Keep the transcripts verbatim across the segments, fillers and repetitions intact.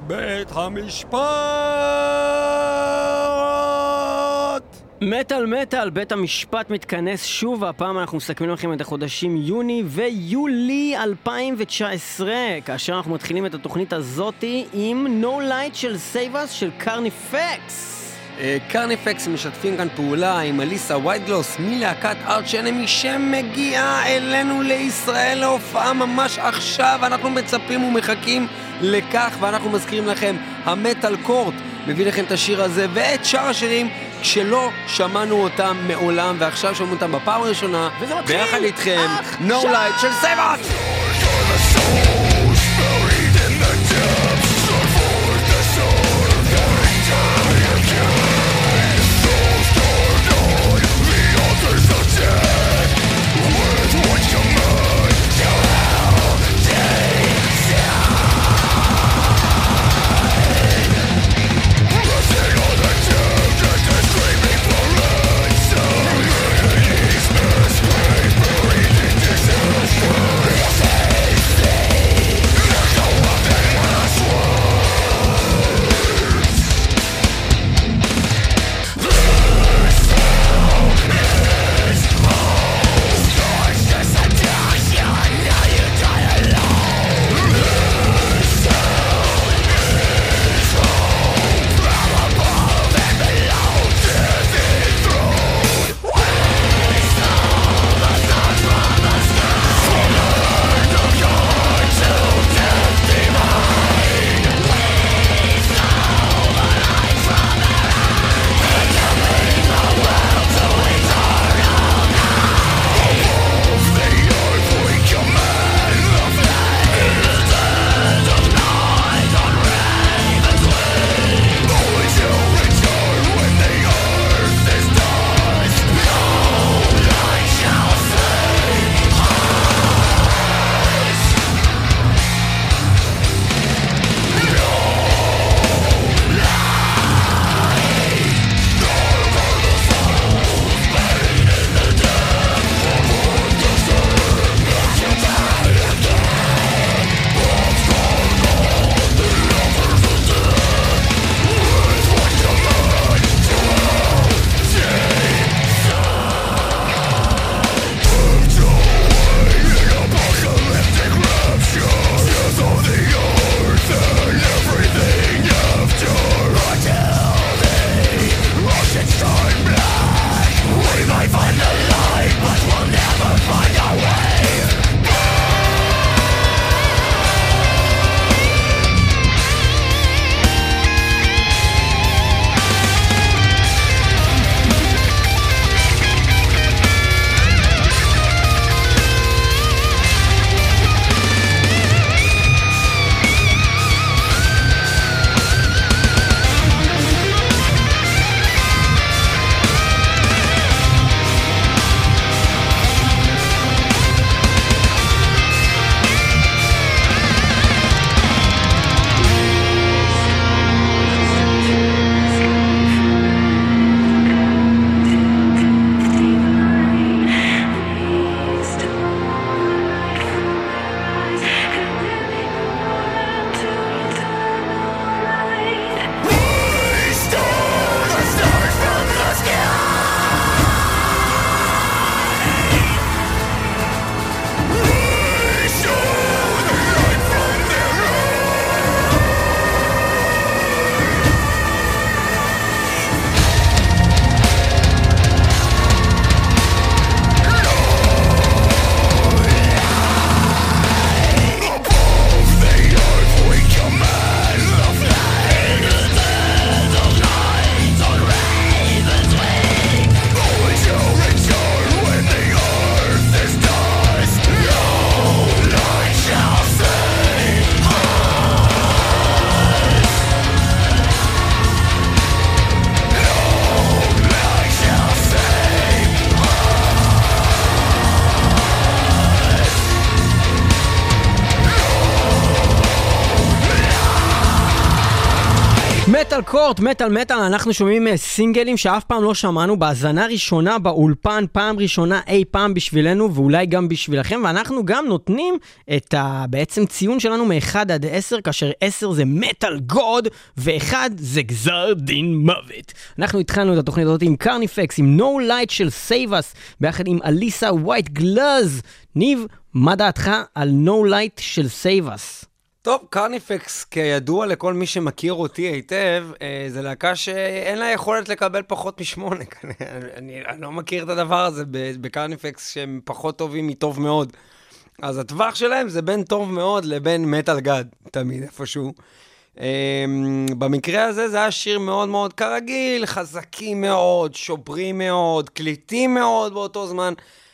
בית המשפט! מטל מטל, בית המשפט מתכנס שוב, הפעם אנחנו מסכמים לכם את החודשים יוני ויולי אלפיים תשע עשרה, כאשר אנחנו מתחילים את התוכנית הזאתי עם No Light של Save Us של קרניפקס. קרניפקס משתפים כאן פעולה עם אליסה וייטגלוס מלהקת ארץ' אנמי שמגיעה אלינו לישראל להופעה ממש עכשיו. אנחנו מצפים ומחכים לכך, ואנחנו מזכירים לכם, המטל קורט מביא לכם את השיר הזה ואת שאר השירים כשלא שמענו אותם מעולם, ועכשיו שמענו אותם בפעם הראשונה ביחד איתכם. No Light של Save Us! Yes, מטל קורט, מטל מטל, אנחנו שומעים סינגלים שאף פעם לא שמענו, בהזנה ראשונה באולפן, פעם ראשונה אי פעם בשבילנו ואולי גם בשבילכם, ואנחנו גם נותנים את ה... בעצם ציון שלנו מ-אחד עד עשר, כאשר עשר זה מטל גוד ו-אחד זה גזר דין מוות. אנחנו התחלנו את התוכנית הזאת עם קרניפקס, עם No Light של Save Us, ביחד עם אליסה ווייט גלאז. ניב, מה דעתך על No Light של Save Us? טוב, קרניפקס, כידוע לכל מי שמכיר אותי היטב, זה להקה שאין לה יכולת לקבל פחות משמונה. אני, אני לא מכיר את הדבר הזה בקרניפקס שהם פחות טובים מטוב מאוד. אז הטווח שלהם זה בין טוב מאוד לבין מטל גד, תמיד איפשהו. במקרה הזה זה היה שיר מאוד מאוד כרגיל, חזקים מאוד, שוברים מאוד, קליטים מאוד באותו זמן.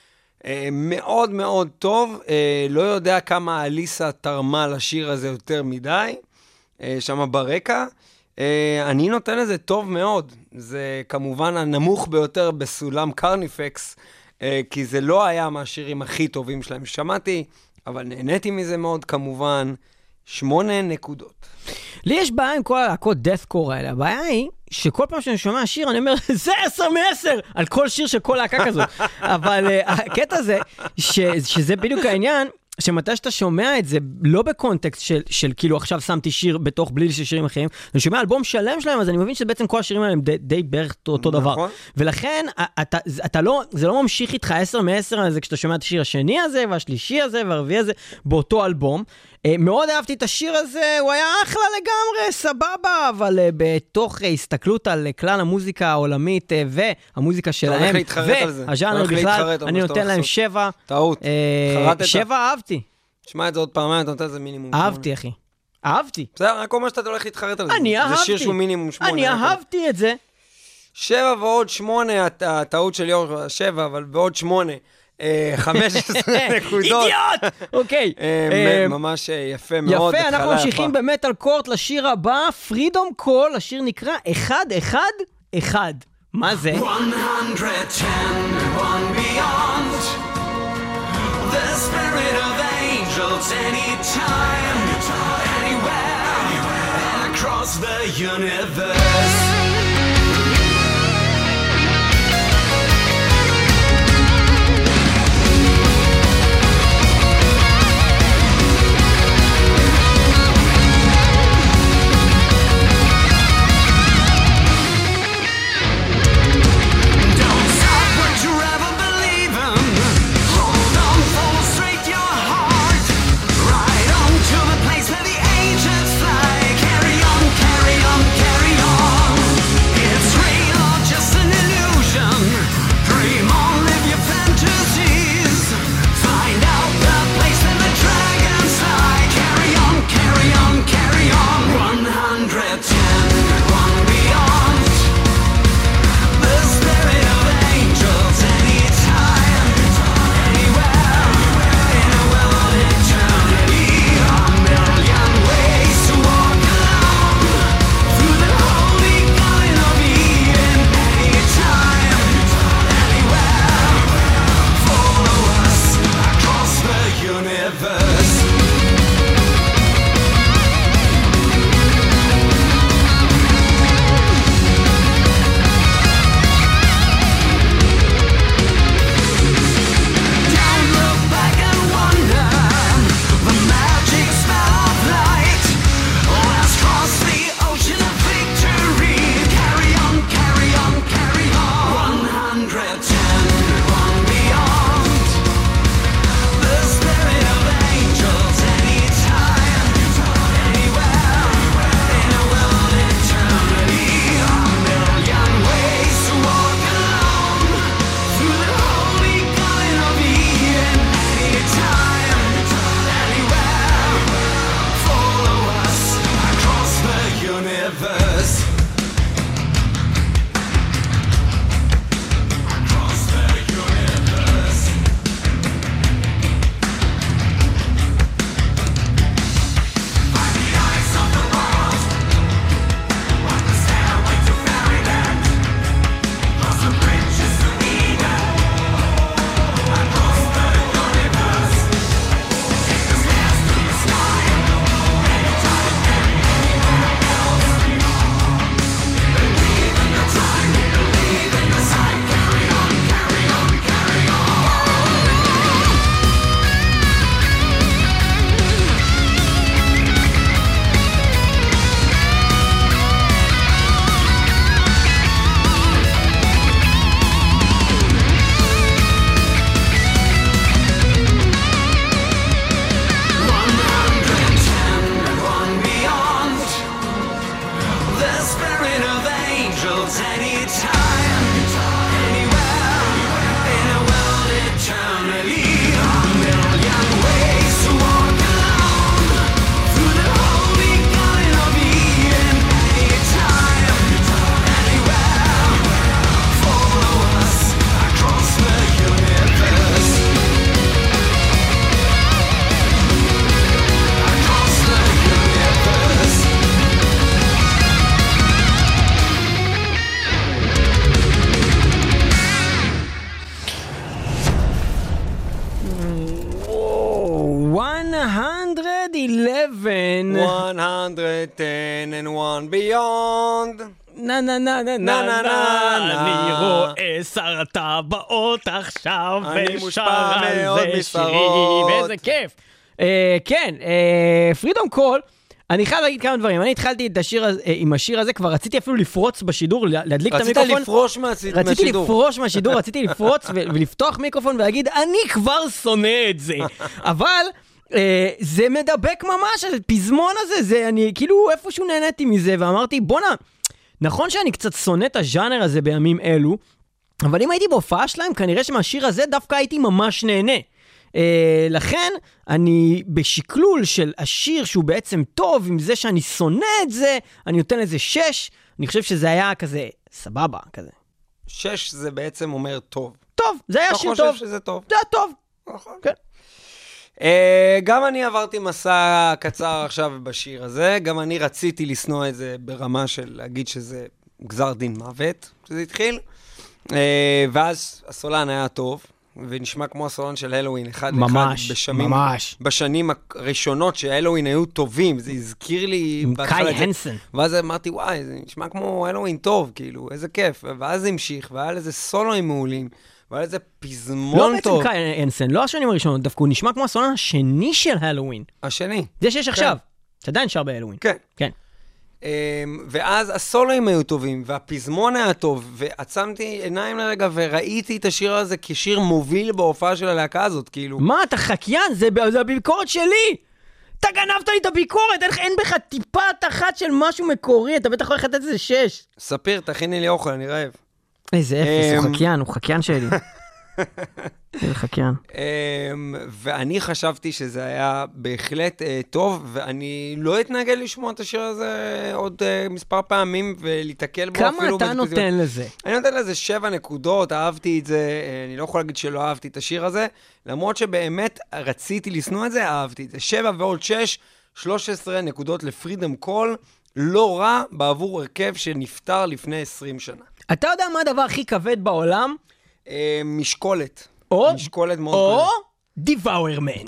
מאוד מאוד טוב, לא יודע כמה אליסה תרמה לשיר הזה יותר מדי, שם ברקע. אני נותן לזה טוב מאוד, זה כמובן הנמוך ביותר בסולם קרניפקס, כי זה לא היה מהשירים הכי טובים שלהם ששמעתי, אבל נהניתי מזה מאוד כמובן, שמונה נקודות. לי יש בעיה עם כל הלהקות דאת'קור האלה, הבעיה היא שכל פעם שאני שומע שיר אני אומר זה עשר מעשר על כל שיר של כל להקה כזאת, אבל uh, הקטע זה ש, שזה בדיוק העניין, שמתי שאתה שומע את זה לא בקונטקסט של, של כאילו עכשיו שמתי שיר בתוך בליל של שירים אחרים, אני שומע אלבום שלם שלהם, אז אני מבין שבעצם כל השירים האלה הם די, די בערך אותו דבר, נכון. ולכן אתה, אתה לא, זה לא ממשיך איתך עשר מעשר על זה כשאתה שומע את השיר השני הזה והשלישי הזה והרביעי הזה באותו אלבום. מאוד אהבתי את השיר הזה, הוא היה אחלה לגמרי, סבבה, אבל בתוך הסתכלות על כלל המוזיקה העולמית והמוזיקה שלהם, והז'אנר בכלל, אני נותן להם שבע. טעות, חרטת. שבע אהבתי. תשמע את זה עוד פעמיים, אתה נותן לזה מינימום. אהבתי, אחי. אהבתי. בסדר, רק אומר שאתה הולך להתחרט על זה. אני אהבתי. זה שיר שהוא מינימום שמונה. אני אהבתי את זה. שבע ועוד שמונה, הטעות של יור, שבע, אבל ועוד שמונה. חמש עשרה נקודות. אידיוט! אוקיי. ממש יפה מאוד. יפה, אנחנו ממשיכים במטל קורט לשיר הבא, פרידום קול, השיר נקרא אחד אחד אחד. מה זה? one hundred ten, one beyond the spirit of angels anytime, anywhere, across the universe. Carry on, carry on. ten and one beyond. נה נה נה נה נה נה, אני רואה שר טבעות עכשיו, אני מושפע מאוד משרות. ואיזה כיף. כן, פרידום קול, אני חייב להגיד כמה דברים. אני התחלתי את השיר הזה, עם השיר הזה, כבר רציתי אפילו לפרוץ בשידור, להדליק את המיקרופון. רצית לפרוש מהשידור. רציתי לפרוש מהשידור, רציתי לפרוץ ולפתוח מיקרופון ולהגיד, אני כבר שונא את זה. אבל זה מדבק ממש, הפזמון הזה, זה אני כאילו איפשהו נהניתי מזה, ואמרתי, בונה, נכון שאני קצת שונא את הז'אנר הזה בימים אלו, אבל אם הייתי בהופעה שלהם, כנראה שמהשיר הזה דווקא הייתי ממש נהנה. Uh, לכן, אני בשקלול של השיר שהוא בעצם טוב, עם זה שאני שונא את זה, אני נותן לזה שש, אני חושב שזה היה כזה סבבה, כזה. שש זה בעצם אומר טוב. טוב, זה היה שיר טוב. אתה חושב שזה טוב? זה היה טוב. נכון. כן. Uh, גם אני עברתי מסע קצר עכשיו בשיר הזה, גם אני רציתי לסנוע את זה ברמה של להגיד שזה גזר דין מוות, שזה התחיל, uh, ואז הסולן היה טוב, ונשמע כמו הסולן של הלווין, אחד ממש, אחד בשמים, ממש. בשנים הראשונות שהלווין היו טובים, זה הזכיר לי... עם קאי הנסן. ואז אמרתי, וואי, זה נשמע כמו הלווין טוב, כאילו, איזה כיף, ואז זה המשיך, והיה לזה סולואים מעולים, והיה לזה פזמון לא טוב. בעצם קאי הנסן, לא השנים הראשונות, דווקא הוא נשמע כמו הסולן השני של הלווין. השני. זה שיש עכשיו, שעדיין שר בהלווין. כן. כן. ואז הסולואים היו טובים, והפזמון היה טוב, ועצמתי עיניים לרגע, וראיתי את השיר הזה כשיר מוביל בהופעה של הלהקה הזאת, כאילו. מה, אתה חקיין? זה, זה הביקורת שלי! אתה גנבת לי את הביקורת, אין, אין בך טיפת אחת של משהו מקורי, אתה בטח הולך לתת איזה שש. ספיר, תכיני לי אוכל, אני רעב. איזה אפס, הוא חקיין, הוא חקיין שלי. איזה חקיין. ואני חשבתי שזה היה בהחלט טוב, ואני לא אתנגד לשמוע את השיר הזה עוד מספר פעמים, ולהתקל בו אפילו... כמה אתה נותן לזה? אני נותן לזה שבע נקודות, אהבתי את זה, אני לא יכול להגיד שלא אהבתי את השיר הזה, למרות שבאמת רציתי לסנוע את זה, אהבתי את זה. שבע ועוד שש, שלוש עשרה נקודות לפרידום קול, לא רע בעבור הרכב שנפטר לפני עשרים שנה. אתה יודע מה הדבר הכי כבד בעולם? משקולת. או, משקולת מאוד או דיוואורמנט.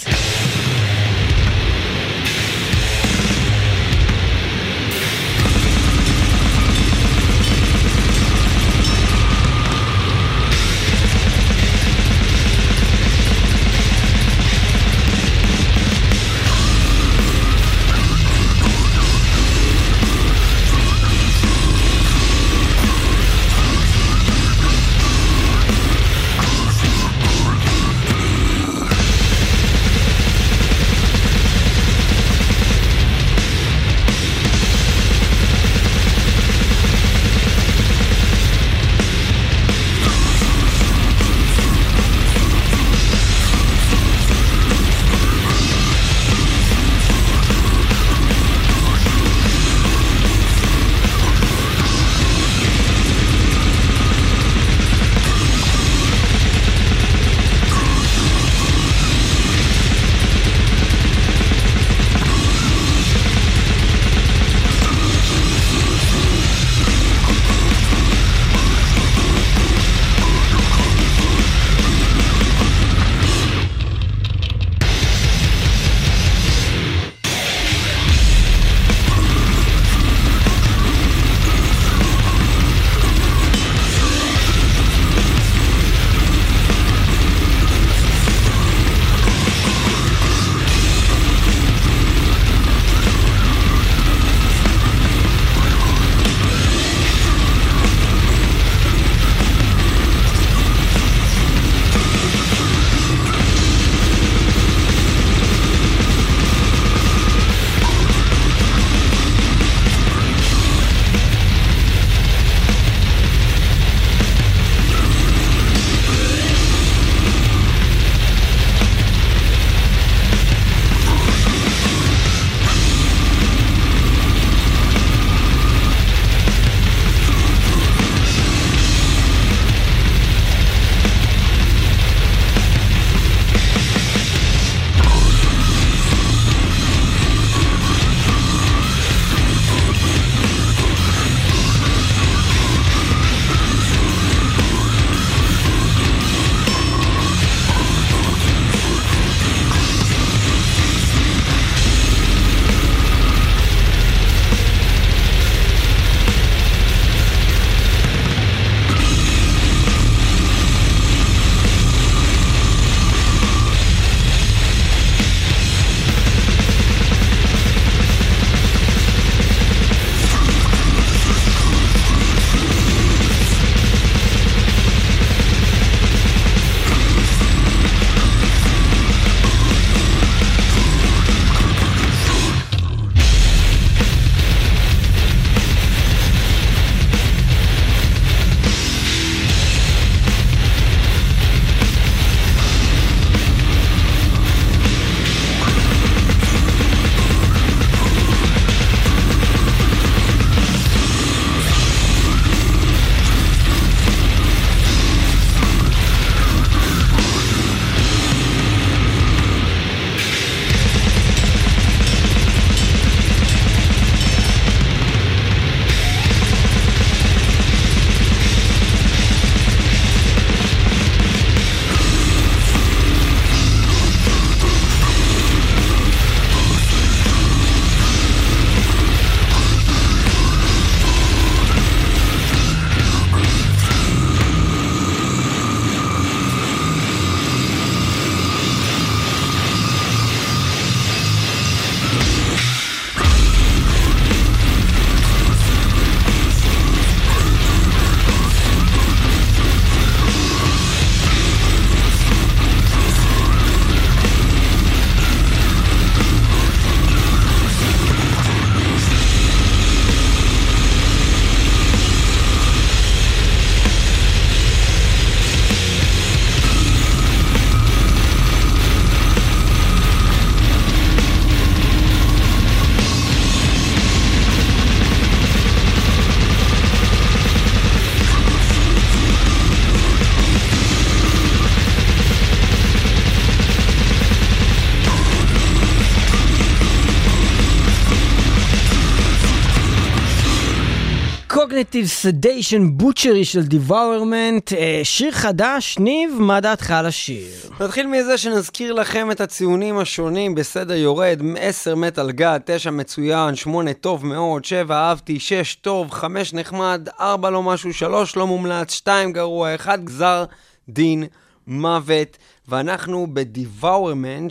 Cognitive Sedation Butchery של Devourment, שיר חדש. ניב, מה דעתך על השיר? נתחיל מזה שנזכיר לכם את הציונים השונים בסדר יורד, עשר מטל גד, תשע מצוין, שמונה טוב מאוד, שבע אהבתי, שש טוב, חמש נחמד, ארבע לא משהו, שלוש לא מומלץ, שתיים גרוע, אחד גזר דין מוות. ואנחנו בדיוורמנט,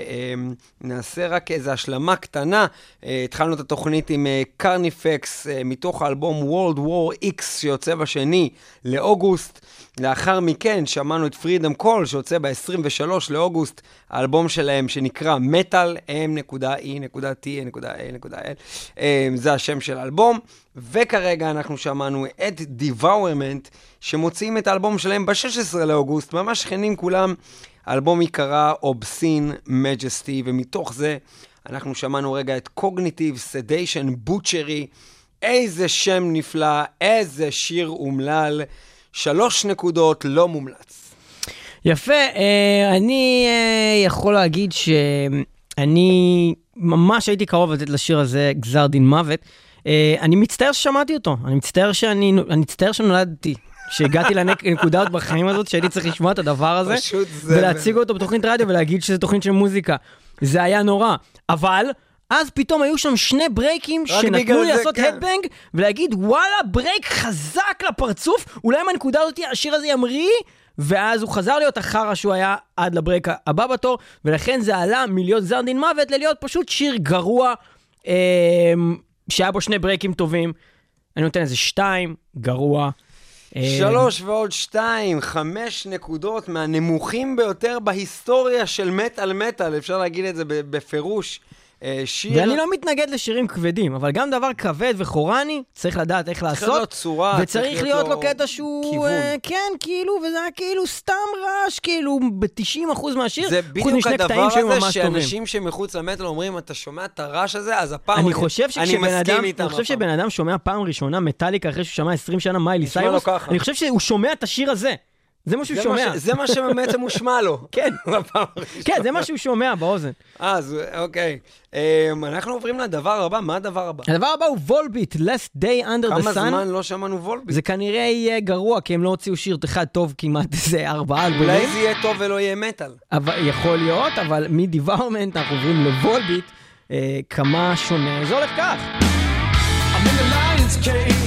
שנעשה רק איזו השלמה קטנה. התחלנו את התוכנית עם קרניפקס מתוך האלבום World War X שיוצא בשני לאוגוסט. לאחר מכן שמענו את פרידום קול שיוצא ב-עשרים ושלושה לאוגוסט, האלבום שלהם שנקרא מטל, אם נקודה אי נקודה טי נקודה איי נקודה אל, זה השם של האלבום. וכרגע אנחנו שמענו את דיוורמנט שמוציאים את האלבום שלהם ב-שישה עשר לאוגוסט, ממש שכנים כולם. האלבום יקרא Obscene Majesty, ומתוך זה אנחנו שמענו רגע את Cognitive Sedation Butchery. איזה שם נפלא, איזה שיר אומלל, שלוש נקודות, לא מומלץ. יפה, אני יכול להגיד שאני ממש הייתי קרוב לתת לשיר הזה גזר דין מוות. אני מצטער ששמעתי אותו, אני מצטער שאני, אני מצטער שנולדתי, שהגעתי לנקודה בחיים הזאת, שהייתי צריך לשמוע את הדבר הזה, ולהציג אותו בתוכנית רדיו ולהגיד שזה תוכנית של מוזיקה. זה היה נורא. אבל אז פתאום היו שם שני ברייקים שנתנו לי לעשות הדבנג, ולהגיד, וואלה, ברייק חזק לפרצוף, אולי מהנקודה הזאת השיר הזה ימריא, ואז הוא חזר להיות החרא שהוא היה עד לברייק הבא בתור, ולכן זה עלה מלהיות גזר דין מוות, ללהיות פשוט שיר גרוע, שהיה בו שני ברייקים טובים. אני נותן איזה שתיים, גרוע. שלוש ועוד שתיים, חמש נקודות מהנמוכים ביותר בהיסטוריה של מטל מטל, אפשר להגיד את זה בפירוש. שיר... ואני לא מתנגד לשירים כבדים, אבל גם דבר כבד וחורני, צריך לדעת איך לעשות. צריך להיות צורה, וצריך להיות לו קטע שהוא... כן, כאילו, וזה היה כאילו סתם רעש, כאילו, ב-תשעים אחוז מהשיר. זה בדיוק הדבר הזה שאנשים שמחוץ למטל אומרים, אתה שומע את הרעש הזה, אז הפעם אני חושב אני חושב שבן אדם שומע פעם ראשונה מטאליקה אחרי שהוא שמע עשרים שנה מיילי סיירוס, אני חושב שהוא שומע את השיר הזה. זה מה שהוא שומע. זה מה שבעצם הוא שמע לו. כן, כן, זה מה שהוא שומע באוזן. אז, אוקיי. אנחנו עוברים לדבר הבא. מה הדבר הבא? הדבר הבא הוא וולביט, Last Day Under the Sun. כמה זמן לא שמענו וולביט? זה כנראה יהיה גרוע, כי הם לא הוציאו שיר אחד טוב כמעט איזה ארבעה אלבומים. אולי זה יהיה טוב ולא יהיה מטל. יכול להיות, אבל מדיוורמנט אנחנו עוברים לוולביט, כמה שונה. זה הולך כך. I'm in the lion's cave.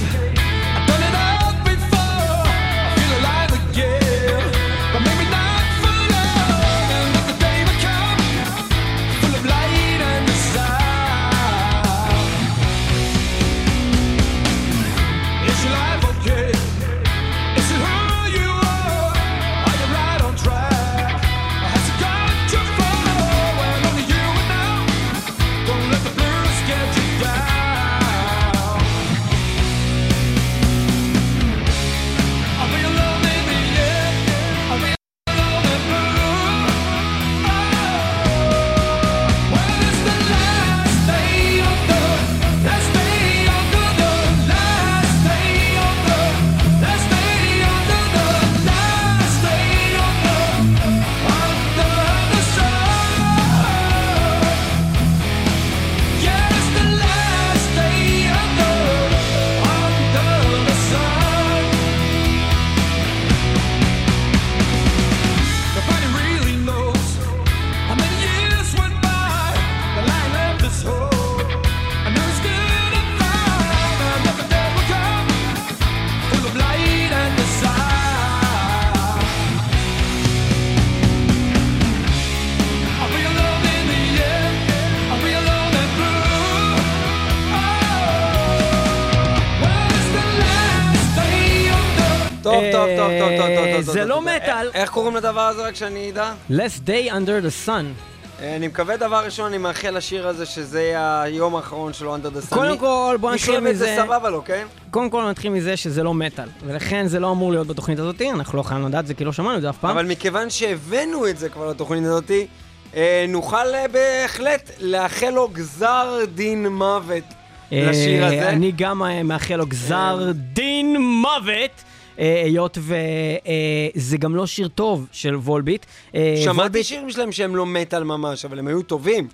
טוב, טוב, טוב, טוב, טוב, טוב. זה לא מטל. איך קוראים לדבר הזה רק שאני אדע? Last Day Under the Sun. אני מקווה דבר ראשון, אני מאחל לשיר הזה שזה יהיה היום האחרון שלו Under the Sun. קודם כל, בוא נתחיל מזה. זה סבבה לו, כן? קודם כל נתחיל מזה שזה לא מטל, ולכן זה לא אמור להיות בתוכנית הזאת, אנחנו לא יכולים לדעת את זה כי לא שמענו את זה אף פעם. אבל מכיוון שהבאנו את זה כבר לתוכנית הזאת, נוכל בהחלט לאחל לו גזר דין מוות לשיר הזה. אני גם מאחל לו גזר דין מוות. היות וזה גם לא שיר טוב של וולביט. שמעתי שירים שלהם שהם לא מטל ממש, אבל הם היו טובים.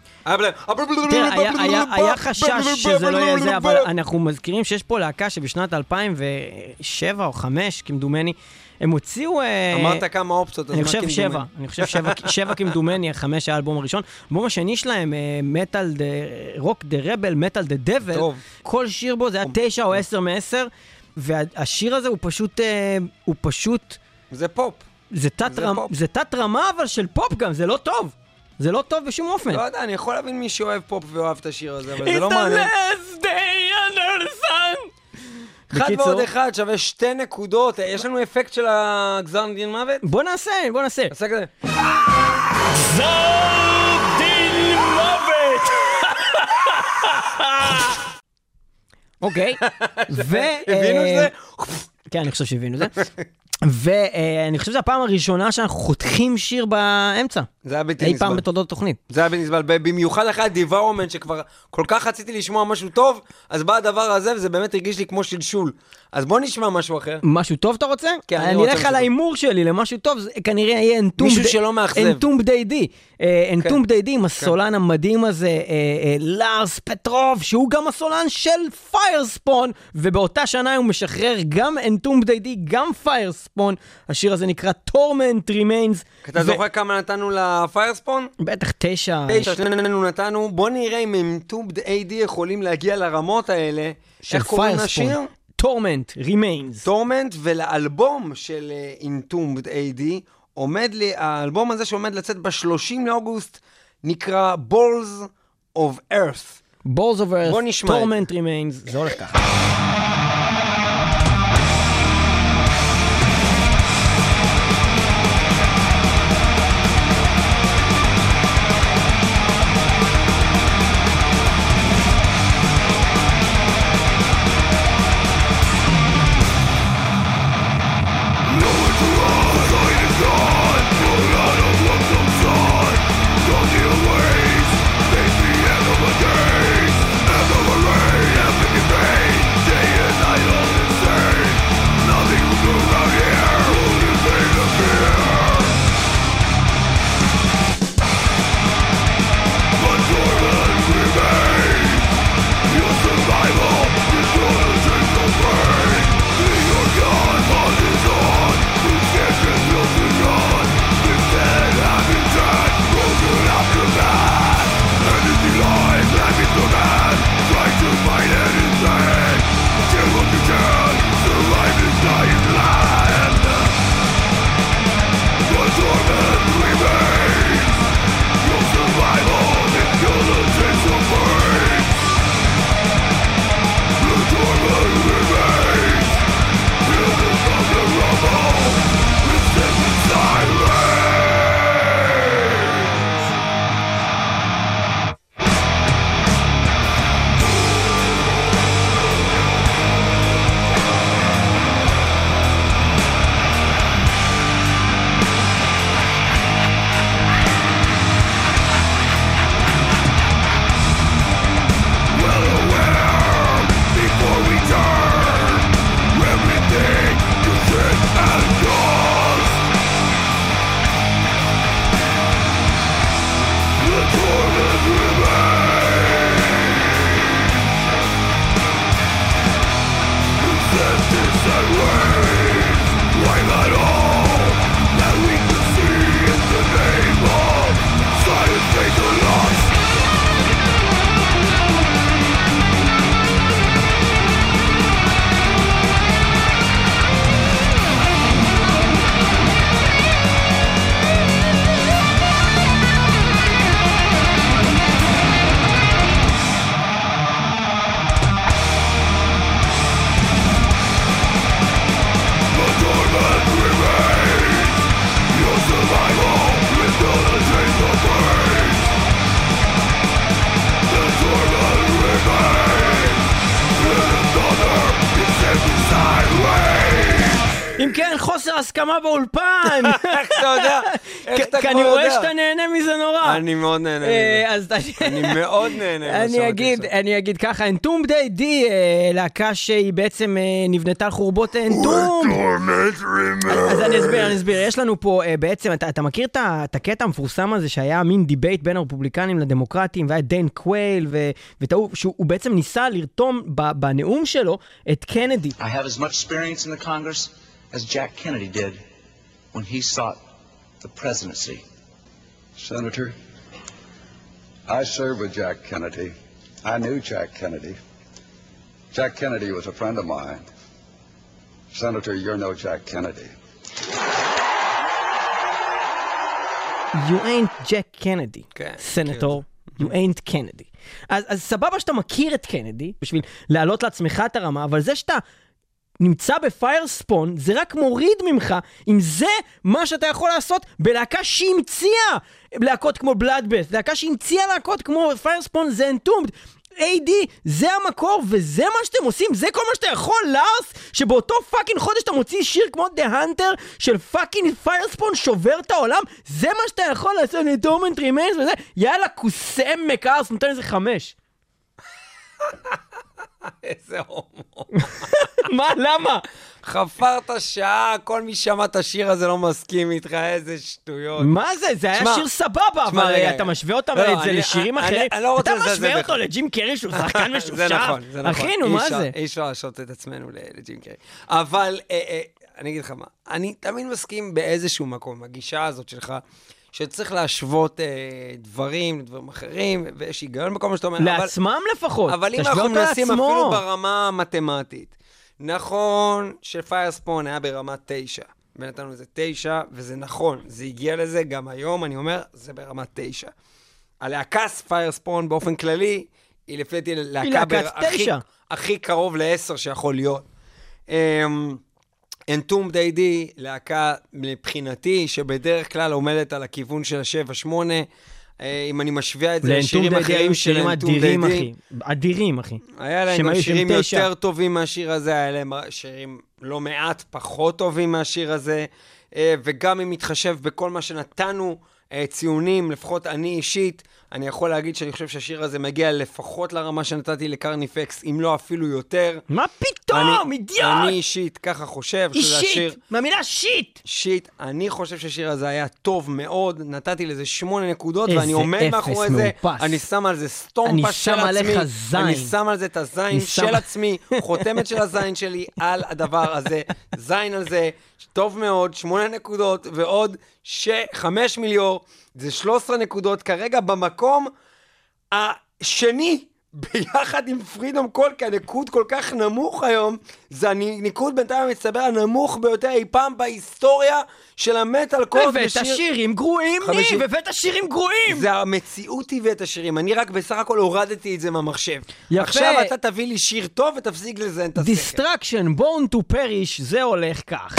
היה חשש שזה לא יהיה זה, אבל אנחנו מזכירים שיש פה להקה שבשנת אלפיים ושבע או חמש, כמדומני, הם הוציאו... אמרת כמה אופציות, אני חושב שבע, אני חושב שבע כמדומני, החמש האלבום הראשון. האלבום השני שלהם, מטל, רוק דה רבל, מטל דה דבל, כל שיר בו זה היה תשע או עשר מעשר, והשיר הזה הוא פשוט, הוא פשוט... זה פופ. זה תת רמה, אבל של פופ גם, זה לא טוב. זה לא טוב בשום אופן. לא יודע, אני יכול להבין מי שאוהב פופ ואוהב את השיר הזה, אבל זה לא מעניין. It's the last day under the sun. אחד ועוד אחד שווה שתי נקודות. יש לנו אפקט של הגזר דין מוות? בוא נעשה, בוא נעשה. עשה כזה. גזר דין מוות! אוקיי. הבינו זה? כן, אני חושב שהבינו זה. ואני חושב שזו הפעם הראשונה שאנחנו חותכים שיר באמצע. זה היה בלתי נסבל. אי פעם בתולדות התוכנית. זה היה בלתי נסבל. במיוחד אחרי הדיבאורמנט שכבר כל כך רציתי לשמוע משהו טוב, אז בא הדבר הזה וזה באמת הרגיש לי כמו שלשול. אז בוא נשמע משהו אחר. משהו טוב אתה רוצה? כן, אני אני רוצה. אני אלך על האימור שלי למשהו טוב, זה כנראה יהיה אנטום... מישהו שלא מאכזב. אנטום דיידי. אנטום דיידי עם הסולן המדהים הזה, לארס פטרוב, שהוא גם הסולן של פיירספון, ובאותה שנה הוא משחרר גם אנטום דיידי, גם פיירספון. השיר הזה נקרא Torment Remains. אתה זוכר כמה נתנו לפיירספון? בטח תשע. תשע, שנינו נתנו. בוא נראה אם אנטום דיידי יכולים להגיע לרמות האלה. איך קוראים לשיר? Torment Remains. Torment, ולאלבום של Entombed איי די, עומד לי, האלבום הזה שעומד לצאת ב-שלושים לאוגוסט, נקרא Balls of Earth. Balls of Earth, בוא נשמע. Torment Remains, זה הולך ככה. Day הסכמה באולפן. איך אתה יודע? איך אתה כי כבר אני רואה יודע? שאתה נהנה מזה נורא. אני מאוד נהנה אה, מזה. אז אתה- אני מאוד נהנה. ממה אני שאמרתי אגיד, עכשיו. אני אגיד ככה, אנטום די די, אה, להקה שהיא בעצם אה, נבנתה על חורבות אנטום. אז אני אסביר, אני אסביר. יש לנו פה אה, בעצם, אתה, אתה מכיר את ה- את הקטע המפורסם הזה שהיה מין דיבייט בין הרפובליקנים לדמוקרטים, והיה דיין קווייל, ו- ותראו שהוא הוא בעצם ניסה לרתום ב- בנאום שלו את קנדי. I have as much experience in the Congress as Jack Kennedy did when he sought the presidency. Senator, I served with Jack Kennedy. I knew Jack Kennedy. Jack Kennedy was a friend of mine. Senator, you're no Jack Kennedy. You ain't Jack Kennedy, כן, סנטור. You ain't Kennedy. אז, אז סבבה שאתה מכיר את קנדי, בשביל להעלות לעצמך את הרמה, אבל זה שאתה נמצא בפיירספון, זה רק מוריד ממך, אם זה מה שאתה יכול לעשות בלהקה שהמציאה להקות כמו בלאדבאת', להקה שהמציאה להקות כמו פיירספון, זה אנטומד. איי די, זה המקור, וזה מה שאתם עושים, זה כל מה שאתה יכול, לארס, שבאותו פאקינג חודש אתה מוציא שיר כמו The Hunter של פאקינג פיירספון שובר את העולם, זה מה שאתה יכול לעשות, Torment Remains וזה, יאללה, קוסם מקארס, נותן איזה חמש. איזה הומו. מה, למה? חפרת שעה, כל מי שמע את השיר הזה לא מסכים איתך, איזה שטויות. מה זה? זה היה שמע, שיר סבבה, שמע, אבל רגע, אתה רגע. משווה אותם לא, לא, את זה אני- לשירים אני- אחרים. אני לא רוצה אתה לזלזל משווה בך. אותו לג'ים קרי שהוא שחקן זה משופשף. נכון, זה נכון. אחי, נו, אי מה אפשר- זה? אי אפשר להשוות את עצמנו ל- לג'ים קרי. אבל אה, אה, אני אגיד לך מה, אני תמיד מסכים באיזשהו מקום, הגישה הזאת שלך, שצריך להשוות אה, דברים לדברים אחרים, ויש היגיון בכל מה שאתה אומר. אבל- לעצמם לפחות. אבל אם תשווה אנחנו אותו מנסים לעצמו. אפילו ברמה המתמטית, נכון שפיירספון היה ברמה תשע, ונתנו לזה תשע, וזה נכון, זה הגיע לזה, גם היום אני אומר, זה ברמה תשע. הלהקס פיירספון באופן כללי, היא לפי דעתי להקה להקת בר- הכי- תשע. הכי קרוב לעשר שיכול להיות. אנטום די די, להקה מבחינתי, שבדרך כלל עומדת על הכיוון של ה-שבע שמונה, אם אני משווה את זה לאנטום לשירים די די אחרים היו של שירים אנטום די אדירים, די, אחי. אדירים, אחי. היה להם שהם גם היו שירים של תשע. יותר טובים מהשיר הזה, היה להם שירים לא מעט פחות טובים מהשיר הזה, אה, וגם אם מתחשב בכל מה שנתנו אה, ציונים, לפחות אני אישית, אני יכול להגיד שאני חושב שהשיר הזה מגיע לפחות לרמה שנתתי לקרניפקס, אם לא אפילו יותר. מה פתאום, אני- אידיוט! אני אישית ככה חושב שזה השיר... אישית, מהמילה שיט! שיט, אני חושב שהשיר הזה היה טוב מאוד, נתתי לזה שמונה נקודות, איזה ואני עומד אפס מאחורי זה, מאופס. אני שם על זה אני סטומפה של שם עצמי, עליך זין. אני שם על זה את הזין אני של שם- עצמי, חותמת של הזין שלי על הדבר הזה, זין על זה, טוב מאוד, שמונה נקודות, ועוד ש... חמש מיליור, זה שלוש עשרה נקודות, כרגע במקום השני, ביחד עם פרידום קול, כי הניקוד כל כך נמוך היום, זה הניקוד בינתיים המצטבר הנמוך ביותר אי פעם בהיסטוריה של המטל קוד. הבאת שירים גרועים, חמישים- ניב, הבאת שירים גרועים! זה המציאות הביא את השירים, אני רק בסך הכל הורדתי את זה מהמחשב. יפה. עכשיו אתה תביא לי שיר טוב ותפסיק לזיין את השכל. Destruction, Born to Perish, זה הולך כך.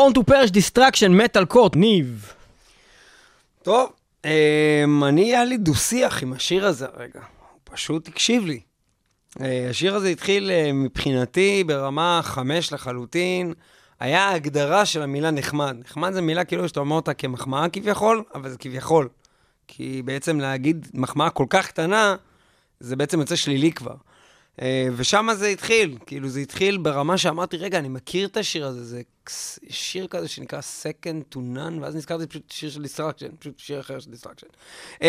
Born to Perish Destruction, מטל קורט, ניב. טוב, אני היה לי דו-שיח עם השיר הזה רגע. הוא פשוט הקשיב לי. השיר הזה התחיל מבחינתי ברמה חמש לחלוטין. היה הגדרה של המילה נחמד. נחמד זה מילה כאילו שאתה אומר אותה כמחמאה כביכול, אבל זה כביכול. כי בעצם להגיד מחמאה כל כך קטנה, זה בעצם יוצא שלילי כבר. ושם זה התחיל, כאילו זה התחיל ברמה שאמרתי, רגע, אני מכיר את השיר הזה, זה שיר כזה שנקרא Second to None, ואז נזכרתי פשוט שיר של Destruction, פשוט שיר אחר של Destruction.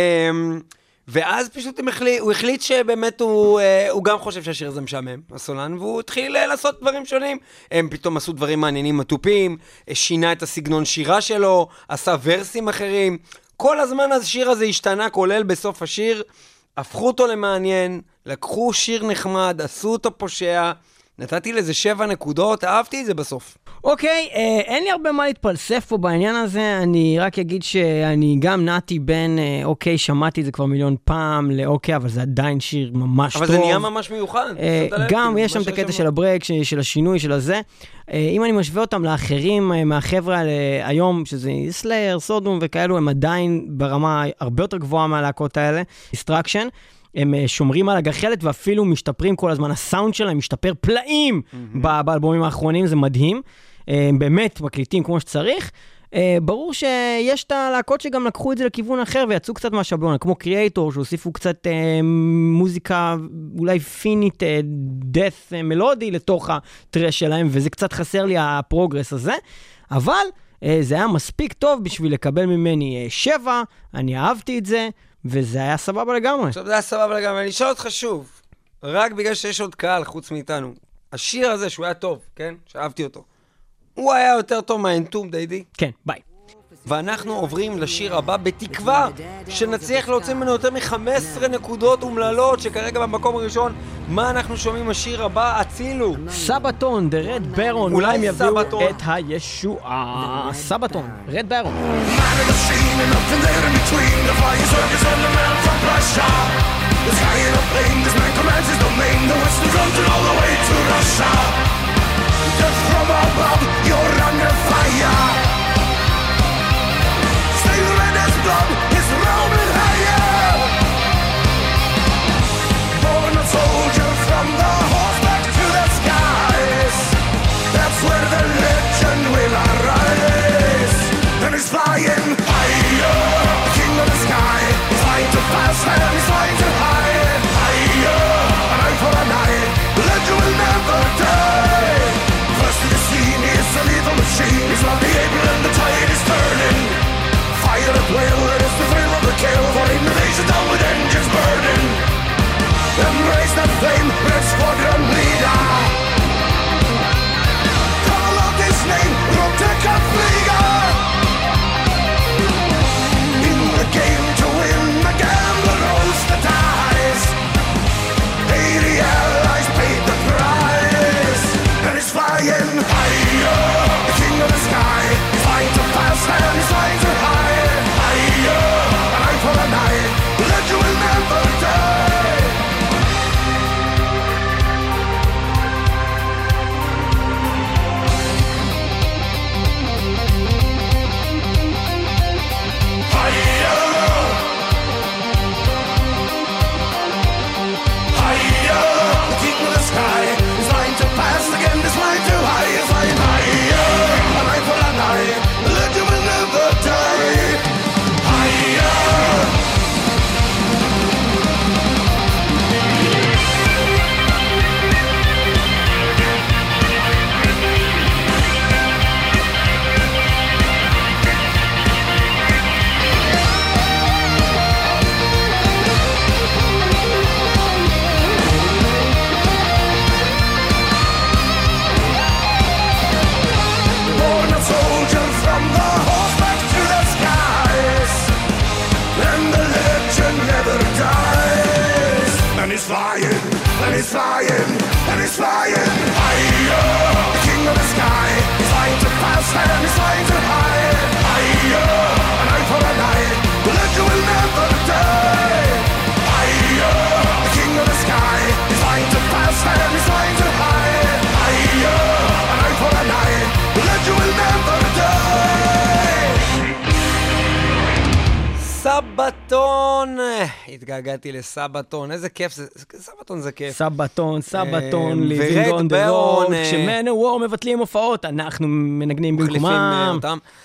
ואז פשוט הוא החליט שבאמת הוא, הוא גם חושב שהשיר הזה משעמם, הסולן, והוא התחיל לעשות דברים שונים. הם פתאום עשו דברים מעניינים מטופים, שינה את הסגנון שירה שלו, עשה ורסים אחרים. כל הזמן השיר הזה השתנה, כולל בסוף השיר, הפכו אותו למעניין, לקחו שיר נחמד, עשו אותו פושע, נתתי לזה שבע נקודות, אהבתי את זה בסוף. אוקיי, אה, אין לי הרבה מה להתפלסף פה בעניין הזה, אני רק אגיד שאני גם נעתי בין, אה, אוקיי, שמעתי את זה כבר מיליון פעם, לאוקיי, אבל זה עדיין שיר ממש אבל טוב. אבל זה נהיה ממש מיוחד. אה, גם יש שם את הקטע של הברייק, של, של השינוי, של הזה. אה, אם אני משווה אותם לאחרים, אה, מהחבר'ה האלה, היום, שזה סלייר, סודום וכאלו, הם עדיין ברמה הרבה יותר גבוהה מהלהקות האלה, Destruction. הם שומרים על הגחלת ואפילו משתפרים כל הזמן, הסאונד שלהם משתפר פלאים mm-hmm. באלבומים האחרונים, זה מדהים, הם באמת מקליטים כמו שצריך, ברור שיש את הלהקות שגם לקחו את זה לכיוון אחר ויצאו קצת מהשבלון, כמו קריאטור שהוסיפו קצת מוזיקה אולי פינית, דף מלודי לתוך הטרש שלהם, וזה קצת חסר לי הפרוגרס הזה, אבל זה היה מספיק טוב בשביל לקבל ממני שבע, אני אהבתי את זה, וזה היה סבבה לגמרי. עכשיו זה היה סבבה לגמרי. אני אשאל אותך שוב, רק בגלל שיש עוד קהל חוץ מאיתנו, השיר הזה שהוא היה טוב, כן? שאהבתי אותו. הוא היה יותר טוב מהאנטום, דיידי? כן, ביי. ואנחנו עוברים לשיר הבא בתקווה שנצליח להוציא ממנו יותר מ-חמש עשרה נקודות אומללות שכרגע במקום הראשון. מה אנחנו שומעים? השיר הבא, הצילו. סבתון, The Red Baron. אולי הם יביאו את הישועה. סבתון, Red Baron. Just from above, you're under fire. Stay red as blood, it's roaming higher. Born a soldier from the horseback to the skies. That's where the legend will arise. And he's flying higher, the king of the sky. He's flying too fast and he's flying too high. Higher, an eye for an eye. The legend will never die. First to the scene is a lethal machine. He's not the able and the tide is turning. Fire at will, it is the thrill of the kill. For invasion down with engines burning. Embrace the flame, red squadron leader. Call out his name, Roteka Flieger. In the game to win, the gambler rolls the dice. eighty allies paid the price. And he's flying higher, the king of the sky. He's flying too fast and he's flying too high. Higher, an eye for an eye. The legend will never die. Higher, higher, the king of the sky. He's flying too fast again, he's flying too high. He's flying higher, an eye for an eye. The legend will never die. Higher. Born a soldier from the horseback to the skies. And the legend never dies. And he's flying, and he's flying, and he's flying higher. The king of the sky. He's flying too fast and he's flying too high. Higher, an eye for an eye. The legend will never die. Higher, the king of the sky. He's flying too fast and he's flying too high. Higher, an eye for an eye. The legend will never die. סבתון! התגעגעתי לסבתון, איזה כיף זה, סבתון זה כיף. סבתון, סבתון, ליבינג און דה רוד, כשמנוור מבטלים הופעות, אנחנו מנגנים במקומם.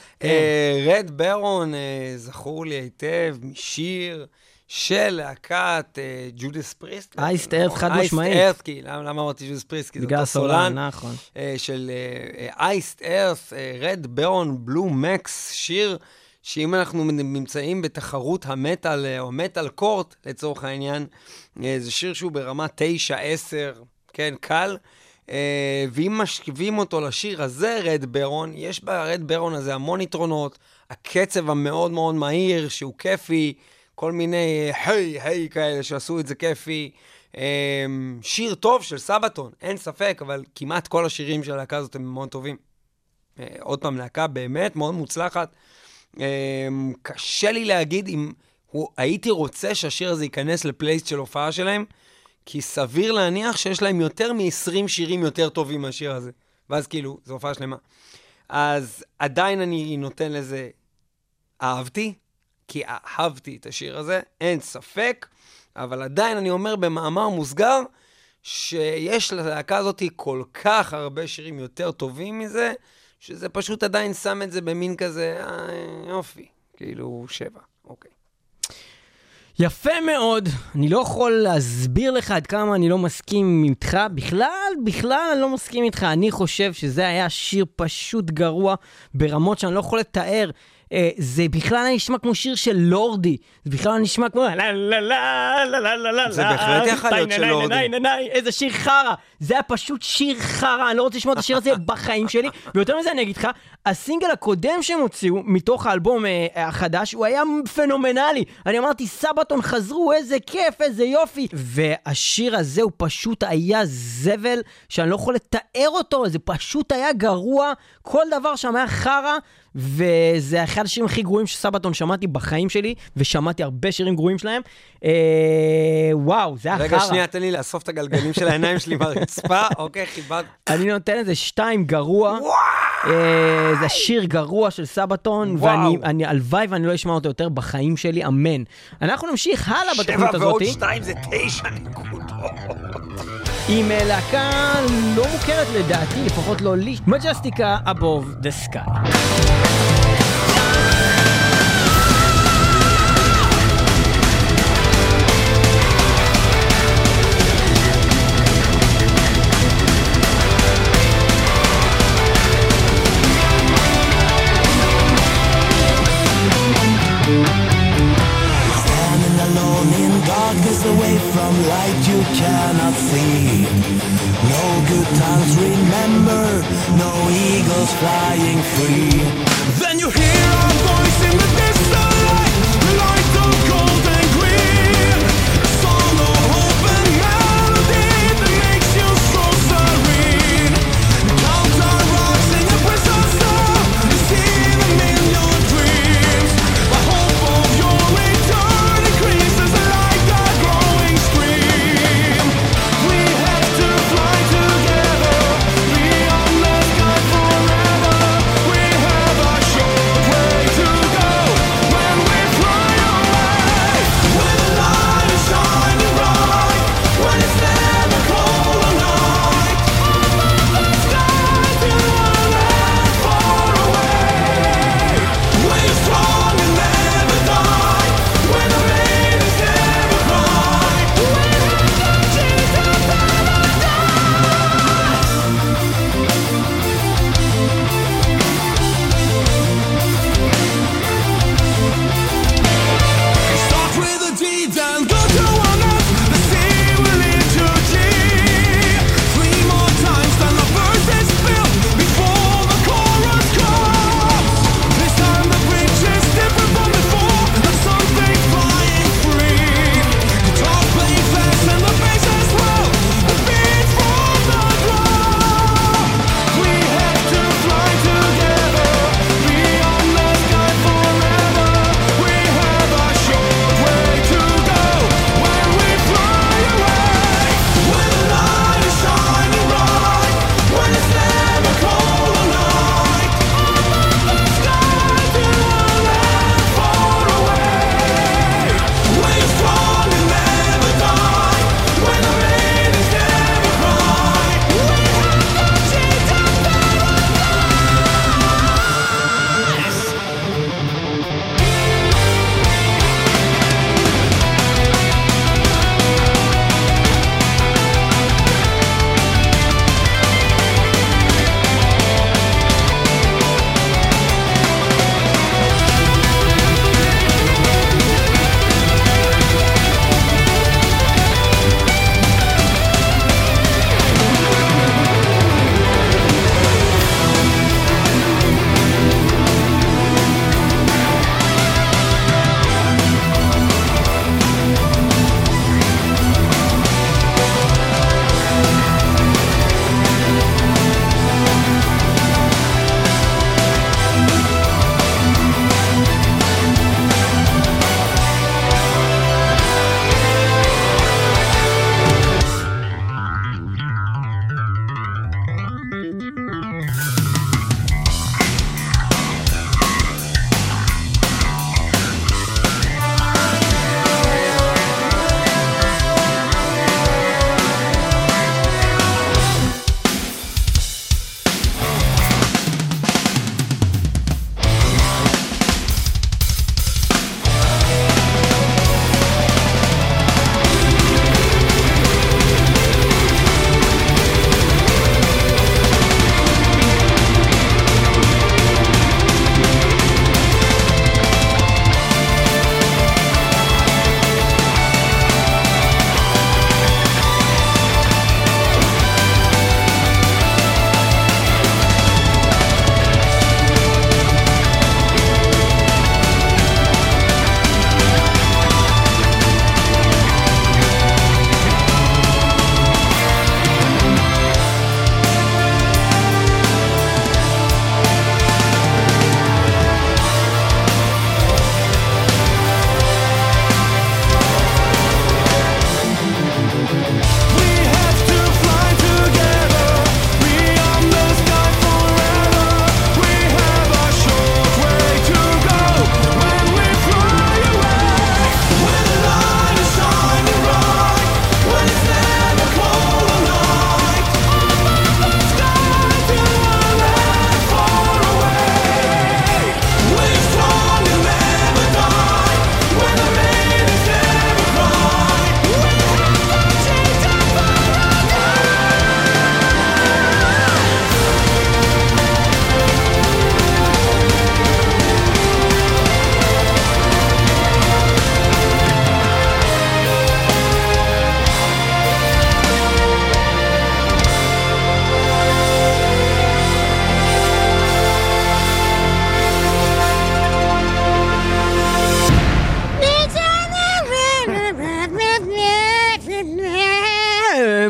רד ברון זכור לי היטב משיר של להקת ג'ודס פריסט. אייסט ארת חד משמעית. אייסט ארת, כי למה אמרתי ג'ודס פריסט? כי בגלל הסולן, נכון. של אייסט ארת, רד ברון, בלו מקס, שיר שאם אנחנו נמצאים בתחרות המטל או מטל קורט לצורך העניין, זה שיר שהוא ברמה תשע עשר, כן, קל. ואם משכיבים אותו לשיר הזה, רד ברון, יש ברד ברון הזה המון יתרונות, הקצב המאוד מאוד מהיר, שהוא כיפי, כל מיני היי, היי כאלה שעשו את זה כיפי. שיר טוב של סבתון, אין ספק, אבל כמעט כל השירים של הלהקה הזאת הם מאוד טובים. עוד פעם, להקה באמת מאוד מוצלחת. קשה לי להגיד אם הייתי רוצה שהשיר הזה ייכנס לפלייסט של הופעה שלהם, כי סביר להניח שיש להם יותר מ-עשרים שירים יותר טובים מהשיר הזה. ואז כאילו, זו הופעה שלמה. אז עדיין אני נותן לזה, אהבתי, כי אהבתי את השיר הזה, אין ספק, אבל עדיין אני אומר במאמר מוסגר, שיש ללהקה הזאת כל כך הרבה שירים יותר טובים מזה, שזה פשוט עדיין שם את זה במין כזה, אה, יופי, כאילו שבע, אוקיי. יפה מאוד, אני לא יכול להסביר לך עד כמה אני לא מסכים איתך, בכלל, בכלל אני לא מסכים איתך, אני חושב שזה היה שיר פשוט גרוע ברמות שאני לא יכול לתאר, זה בכלל נשמע כמו שיר של לורדי, זה בכלל נשמע כמו לה לה לה לה לה לה לה, זה בהחלט יכול להיות של לורדי. איזה שיר חרה, זה היה פשוט שיר חרה, אני לא רוצה לשמוע את השיר הזה בחיים שלי, ויותר מזה אני אגיד לך, הסינגל הקודם שהם הוציאו מתוך האלבום החדש, הוא היה פנומנלי, אני אמרתי סבתון חזרו, איזה כיף, איזה יופי, והשיר הזה הוא פשוט היה זבל, שאני לא יכול לתאר אותו, זה פשוט היה גרוע, כל דבר שם היה חרה, וזה אחד השירים הכי גרועים שסבתון שמעתי בחיים שלי, ושמעתי הרבה שירים גרועים שלהם. אה, וואו, זה היה חרה. רגע, שנייה, תן לי לאסוף את הגלגלים של העיניים שלי ברצפה. אוקיי, חיבד. אני נותן איזה שתיים גרוע. אה, זה שיר גרוע של סבתון, ואני אני, הלוואי ואני לא אשמע אותו יותר בחיים שלי, אמן. אנחנו נמשיך הלאה בתוכנית הזאת. שבע ועוד שתיים זה תשע נקודות. עם להקה לא מוכרת לדעתי, לפחות לא לי, מג'סטיקה Above the Sky. Away from light you cannot see. No good times remember, no eagles flying free. Then you hear a voice in the distant light, the light of gold and green. A song of hope and melody that makes you so serene. Clouds are rising and prison star, you see them in your dreams. The hope of your return increases like a growing stream. We have to fly together beyond the sky forever. We have a short way to go when we fly.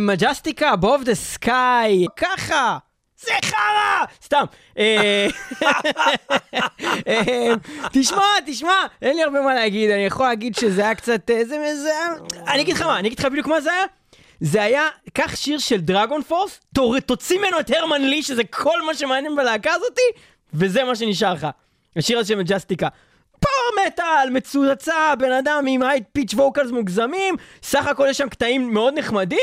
מג'סטיקה, above the sky, ככה, זה חרא! סתם. תשמע, תשמע, אין לי הרבה מה להגיד, אני יכול להגיד שזה היה קצת, זה מזהם. אני אגיד לך מה, אני אגיד לך בדיוק מה זה היה? זה היה, קח שיר של דרגון פורס, תוציא ממנו את הרמן לי, שזה כל מה שמעניין בלהקה הזאתי, וזה מה שנשאר לך. השיר הזה של מג'סטיקה. פאור מטל, מצוצה, בן אדם עם הייט פיץ' ווקלס מוגזמים, סך הכל יש שם קטעים מאוד נחמדים,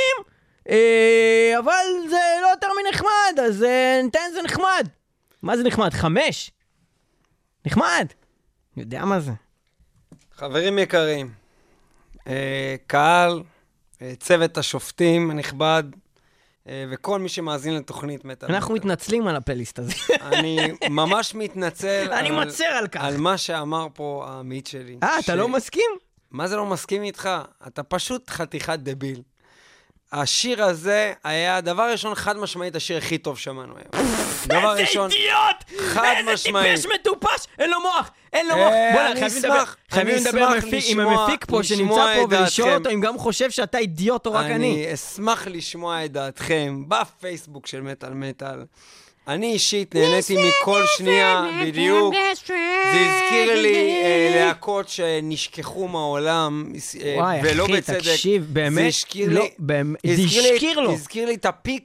אה, אבל זה לא יותר מנחמד, אז אה, ניתן זה נחמד. מה זה נחמד? חמש? נחמד. אני יודע מה זה. חברים יקרים, אה, קהל, אה, צוות השופטים הנכבד, וכל מי שמאזין לתוכנית מטל. אנחנו מתנצלים על הפלייליסט הזה. אני ממש מתנצל אני מצר על כך. על מה שאמר פה העמית שלי. אה, אתה לא מסכים? מה זה לא מסכים איתך? אתה פשוט חתיכת דביל. השיר הזה היה דבר ראשון חד משמעית השיר הכי טוב שמענו היום. דבר ראשון חד משמעית. איזה טיפש מטופש, אין לו מוח, אין לו מוח. בוא'נה, חייבים לדבר עם המפיק פה שנמצא פה ולשאול אותו אם גם חושב שאתה אידיוט או רק אני. אני אשמח לשמוע את דעתכם בפייסבוק של מטל מטל. אני אישית נהניתי מכל שנייה, בדיוק. זה הזכיר לי להקות שנשכחו מהעולם, ולא בצדק. וואי, אחי, תקשיב, באמת, זה הזכיר לו. הזכיר לי את הפיק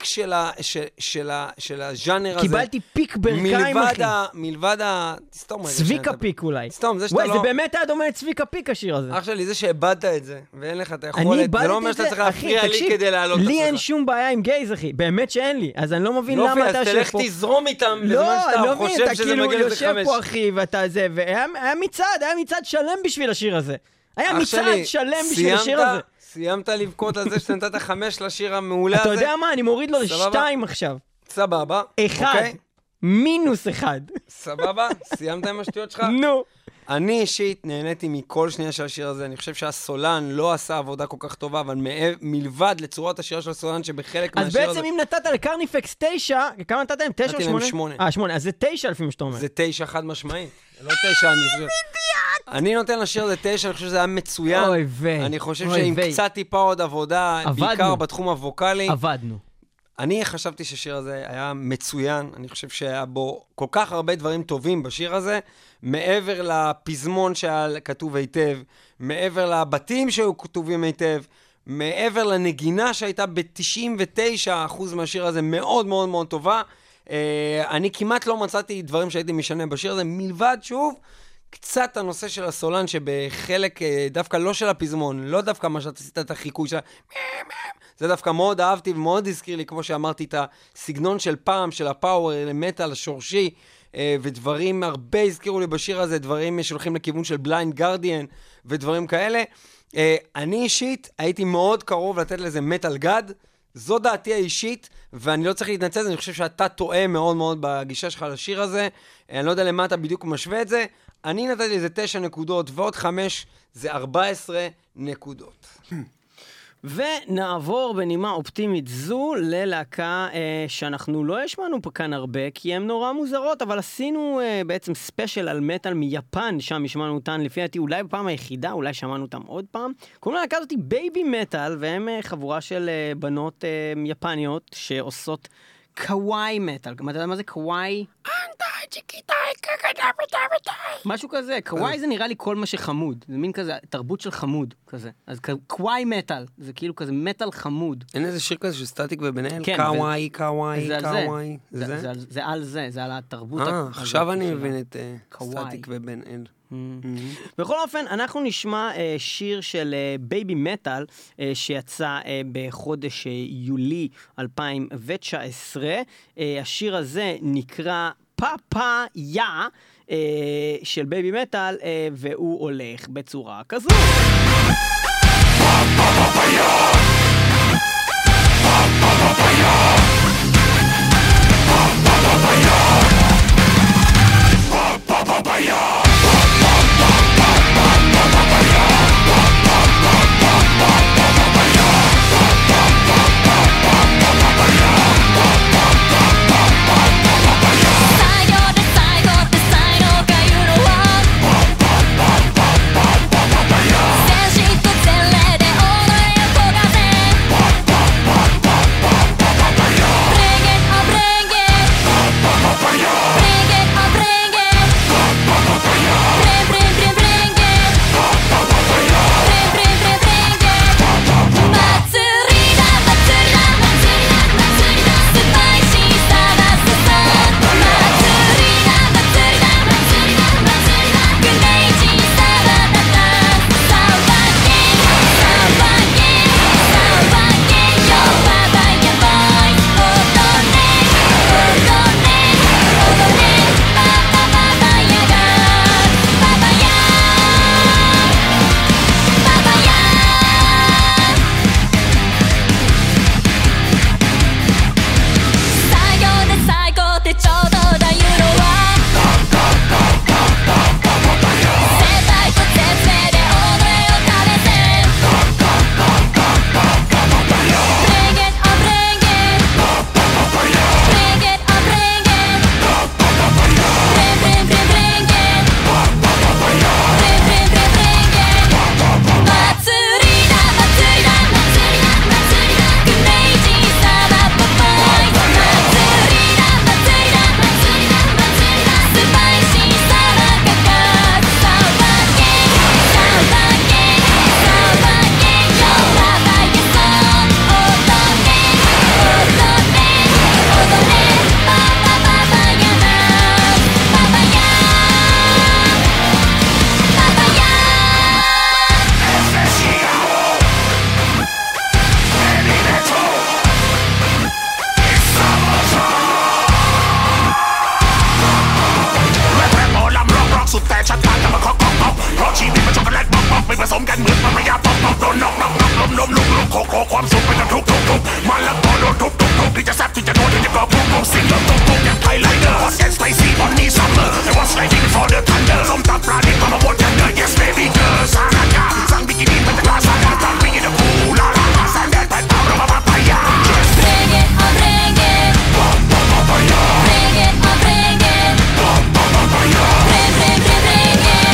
של הז'אנר הזה. קיבלתי פיק ברכיים, אחי. מלבד ה... תסתום רגע. צביקה פיק אולי. סתום, זה שאתה לא... וואי, זה באמת היה דומה לצביקה פיק השיר הזה. אח שלי, זה שאיבדת את זה, ואין לך את היכולת, זה לא אומר שאתה צריך להפריע לי כדי להעלות את עצמך. לי אין שום בעיה עם גייז, אחי. באמת שאין לי. אז אני לא מבין למה אתה יושב פה. תזרום איתם בזמן שאתה חושב שזה מגיע לזה חמש. יושב פה אחי ואתה זה, והיה מצד, היה מצד שלם בשביל השיר הזה. היה מצד שלם בשביל השיר הזה. סיימת לבכות על זה שנתת חמש לשיר המעולה הזה? אתה יודע מה? אני מוריד לו לשתיים עכשיו. סבבה. אחד. מינוס אחד. סבבה? סיימת עם השטויות שלך? נו. אני אישית נהניתי מכל שנייה של השיר הזה, אני חושב שהסולן לא עשה עבודה כל כך טובה, אבל מלבד לצורת השירה של הסולן שבחלק מהשיר הזה... אז בעצם אם נתת לקרניפקס תשע, כמה נתת להם? תשע או שמונה? נתתי להם שמונה. אה, שמונה, אז זה תשע לפי מה שאתה אומר. זה תשע חד משמעית. לא תשע, אני חושב... אני נותן לשיר הזה תשע, אני חושב שזה היה מצוין. אוי וי. אני חושב שעם קצת טיפה עוד עבודה, בעיקר בתחום הווקלי. עבדנו. אני חשבתי שהשיר הזה היה מצוין, אני חושב שהיה בו כל כך הרבה דברים טובים בשיר הזה, מעבר לפזמון שהיה כתוב היטב, מעבר לבתים שהיו כתובים היטב, מעבר לנגינה שהייתה ב-תשעים ותשעה אחוז מהשיר הזה מאוד מאוד מאוד טובה. אני כמעט לא מצאתי דברים שהייתי משנה בשיר הזה, מלבד שוב, קצת הנושא של הסולן שבחלק דווקא לא של הפזמון, לא דווקא מה שאתה עשית את החיקוי שלה, זה דווקא מאוד אהבתי ומאוד הזכיר לי, כמו שאמרתי, את הסגנון של פעם, של הפאוור, מטל, השורשי, ודברים הרבה הזכירו לי בשיר הזה, דברים שהולכים לכיוון של בליינד גרדיאן, ודברים כאלה. אני אישית הייתי מאוד קרוב לתת לזה מטל גד, זו דעתי האישית, ואני לא צריך להתנצל, אני חושב שאתה טועה מאוד מאוד בגישה שלך לשיר הזה, אני לא יודע למה אתה בדיוק משווה את זה, אני נתתי לזה תשע נקודות, ועוד חמש זה ארבע עשרה נקודות. ונעבור בנימה אופטימית זו ללהקה אה, שאנחנו לא השמענו פה כאן הרבה, כי הן נורא מוזרות, אבל עשינו אה, בעצם ספיישל על מטל מיפן, שם השמענו אותן לפי דעתי אולי בפעם היחידה, אולי שמענו אותם עוד פעם. קוראים ללהקה הזאת בייבי מטל, והם אה, חבורה של אה, בנות אה, יפניות שעושות קוואי מטל. אתה יודע מה זה קוואי? משהו כזה, קוואי זה נראה לי כל מה שחמוד, זה מין כזה, תרבות של חמוד כזה, אז קוואי מטל, זה כאילו כזה מטל חמוד. אין איזה שיר כזה של סטטיק ובן אל? קוואי, קוואי, קוואי. זה על זה, זה על התרבות. אה, עכשיו אני מבין את סטטיק ובן אל. בכל אופן, אנחנו נשמע שיר של בייבי מטל שיצא בחודש יולי אלפיים תשע עשרה. השיר הזה נקרא פאפאיה של בייבי מטל, והוא הולך בצורה כזו. פאפאיה פאפאיה פאפאיה פאפאיה風สมกันเหมือนปะปะยาปอบปอบโดนนอกนอกนอกลมลมลุกลุกโคโคความสุขเป็นทุกทุกทุกมันละพอโดนทุกทุกทุกที่จะแซ่บที่จะโดนที่จะกอบทุกทุกสิ่งลมทุกทุกอย่างไทยไลเดอร์ hot and spicy on me summer I was riding for the thunder ลมตับปลาดิบมาบดกันเนอ yes baby girl สารากาสั่งบิกินี่เป็นตะกร้าสารากาวิ่งในภูลาลาลาแสงแดดไปเผาเรามาปะปะยา Bring it on bring it Bring it on bring it Bring bring bring bring it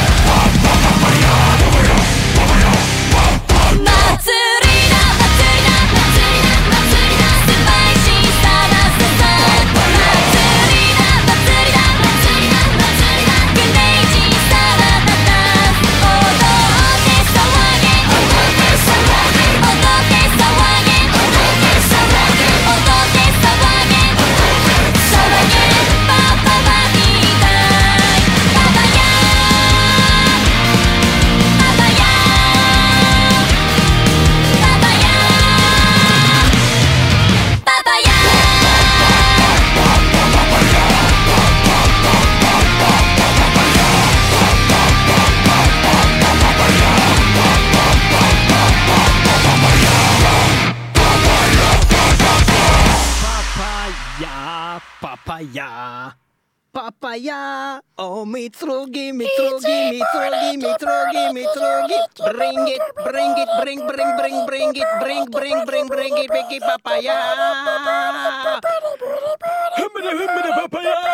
祭りだ祭りだ祭りだ祭りだスパイシーさがすさ祭りだ祭りだ祭りだ祭りだクレイジーさがたた踊って騒げ踊って騒げ踊って騒げ踊って騒げ踊って騒げ騒げパパパティータイムパパヤパパヤパパヤパパヤパパヤパパヤおみつろぎみつろぎみつろぎみつろぎみつろぎ Bring it bring it bring bring bring bring it bring bring bring bring it bring it パパヤパパヤ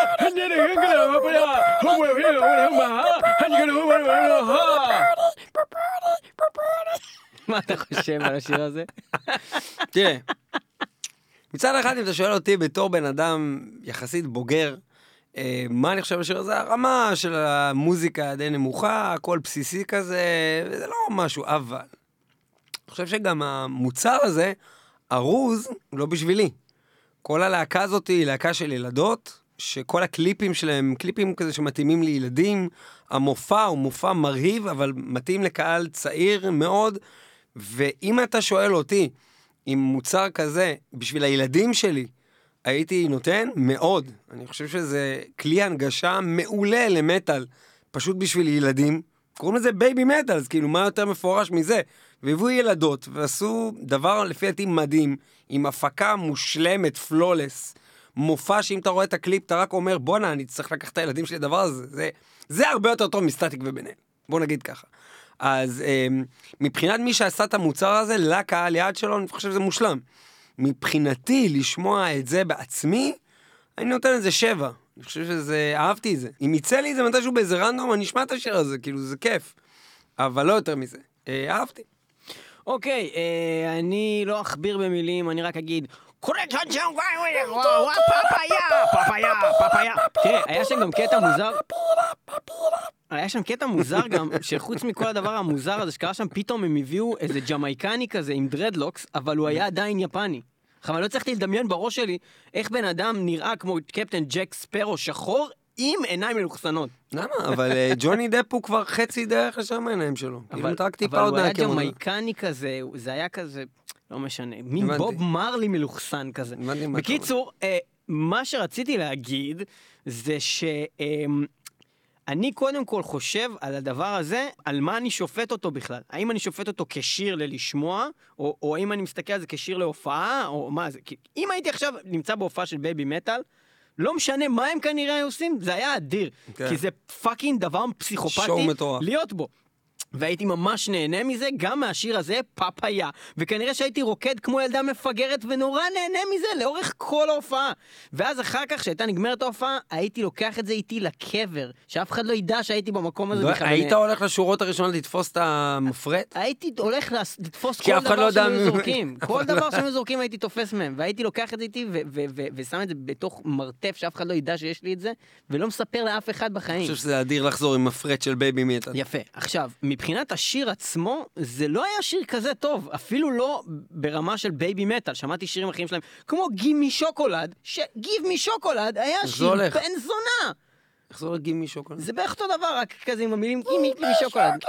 מה אתה חושב על השיר הזה? תראה, מצד אחד אם אתה שואל אותי בתור בן אדם יחסית בוגר, מה אני חושב על השיר הזה? הרמה של המוזיקה די נמוכה, הכל בסיסי כזה, וזה לא משהו, אבל אני חושב שגם המוצר הזה ארוז לא בשבילי. כל הלהקה הזאת היא להקה של ילדות, שכל הקליפים שלהם, קליפים כזה שמתאימים לילדים, המופע הוא מופע מרהיב, אבל מתאים לקהל צעיר מאוד, ואם אתה שואל אותי, עם מוצר כזה, בשביל הילדים שלי, הייתי נותן מאוד. אני חושב שזה כלי הנגשה מעולה למטל, פשוט בשביל ילדים. קוראים לזה בייבי מטל, אז כאילו מה יותר מפורש מזה? והביאו ילדות, ועשו דבר לפי דעתי מדהים, עם הפקה מושלמת, פלולס, מופע שאם אתה רואה את הקליפ, אתה רק אומר, בונה, אני צריך לקחת את הילדים שלי לדבר הזה. זה, זה הרבה יותר טוב מסטטיק ובן-אל. בוא נגיד ככה. אז אה, מבחינת מי שעשה את המוצר הזה, לקהל יעד שלו, אני חושב שזה מושלם. מבחינתי, לשמוע את זה בעצמי, אני נותן את זה שבע. אני חושב שזה, אהבתי את זה. אם יצא לי את זה מתישהו באיזה רנדום, אני אשמע את השיר הזה, כאילו זה כיף. אבל לא יותר מזה. אה, אהבתי. אוקיי, אה, אני לא אכביר במילים, אני רק אגיד, פאפאיה, פאפאיה, פאפאיה. תראה, היה שם גם קטע מוזר. היה שם קטע מוזר גם, שחוץ מכל הדבר המוזר הזה שקרה שם, פתאום הם הביאו איזה ג'מייקני כזה עם דרדלוקס, אבל הוא היה עדיין יפני. אבל לא צריכתי לדמיין בראש שלי איך בן אדם נראה כמו קפטן ג'ק ספרו שחור עם עיניים מלוכסנות. למה? אבל ג'וני דפ הוא כבר חצי דרך לשם העיניים שלו. אבל הוא היה ג'מייקני כזה, זה היה כזה, לא משנה, מין בוב מרלי מלוכסן כזה. בקיצור, מה שרציתי להגיד זה ש... אני קודם כל חושב על הדבר הזה, על מה אני שופט אותו בכלל. האם אני שופט אותו כשיר ללשמוע, או, או האם אני מסתכל על זה כשיר להופעה, או מה זה. אם הייתי עכשיו נמצא בהופעה של בייבי מטל, לא משנה מה הם כנראה היו עושים, זה היה אדיר. Okay. כי זה פאקינג דבר פסיכופתי להיות בו. והייתי ממש נהנה מזה, גם מהשיר הזה, פאפאיה. וכנראה שהייתי רוקד כמו ילדה מפגרת, ונורא נהנה מזה לאורך כל ההופעה. ואז אחר כך, שהייתה נגמרת ההופעה, הייתי לוקח את זה איתי לקבר, שאף אחד לא ידע שהייתי במקום הזה. היית הולך לשורות הראשונות לתפוס את המפרט? הייתי הולך לתפוס כל דבר שהם זורקים. כל דבר שהם זורקים הייתי תופס מהם. והייתי לוקח את זה איתי, ושם את זה בתוך מרתף, שאף אחד לא ידע שיש לי את זה, ולא מספר לאף אחד בחיים. אני חושב שזה אדיר לחזור עם מפרט של בייבי מטל. יפה. עכשיו, מבחינת השיר עצמו, זה לא היה שיר כזה טוב, אפילו לא ברמה של בייבי מטל. שמעתי שירים אחרים שלהם, כמו גיב מי שוקולד, שגיב מי שוקולד היה שיר בן זונה. איך זה הולך גיב מי שוקולד? זה בערך אותו דבר, רק כזה עם המילים גיב מי שוקולד.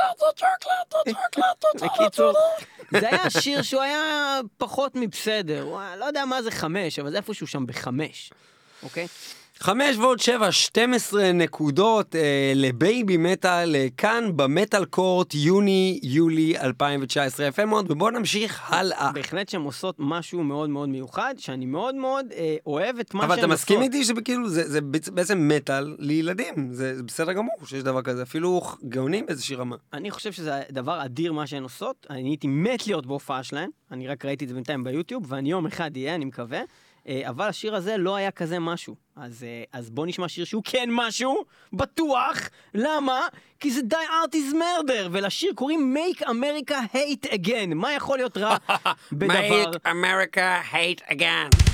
בקיצור, זה היה שיר שהוא היה פחות מבסדר. לא יודע מה זה חמש, אבל זה איפשהו שם בחמש. אוקיי? חמש ועוד שבע, שתים עשרה נקודות אה, לבייבי מטל, אה, כאן במטל קורט, יוני-יולי אלפיים תשע עשרה. יפה מאוד, ובואו נמשיך הלאה. בהחלט שהן עושות משהו מאוד מאוד מיוחד, שאני מאוד מאוד אה, אוהב את מה שהן אבל עושות. אתה מסכים איתי שבכאילו זה, זה בעצם מטל לילדים, זה, זה בסדר גמור שיש דבר כזה, אפילו גאונים באיזושהי רמה. אני חושב שזה דבר אדיר מה שהן עושות, אני הייתי מת להיות בהופעה שלהן, אני רק ראיתי את זה בינתיים ביוטיוב, ואני יום אחד יהיה, אני מקווה, אבל השיר הזה לא היה כזה משהו. אז, אז בוא נשמע שיר שהוא כן משהו, בטוח. למה? כי זה Die Art is Murder, ולשיר קוראים Make America Hate Again. מה יכול להיות רע בדבר... Make America Hate Again.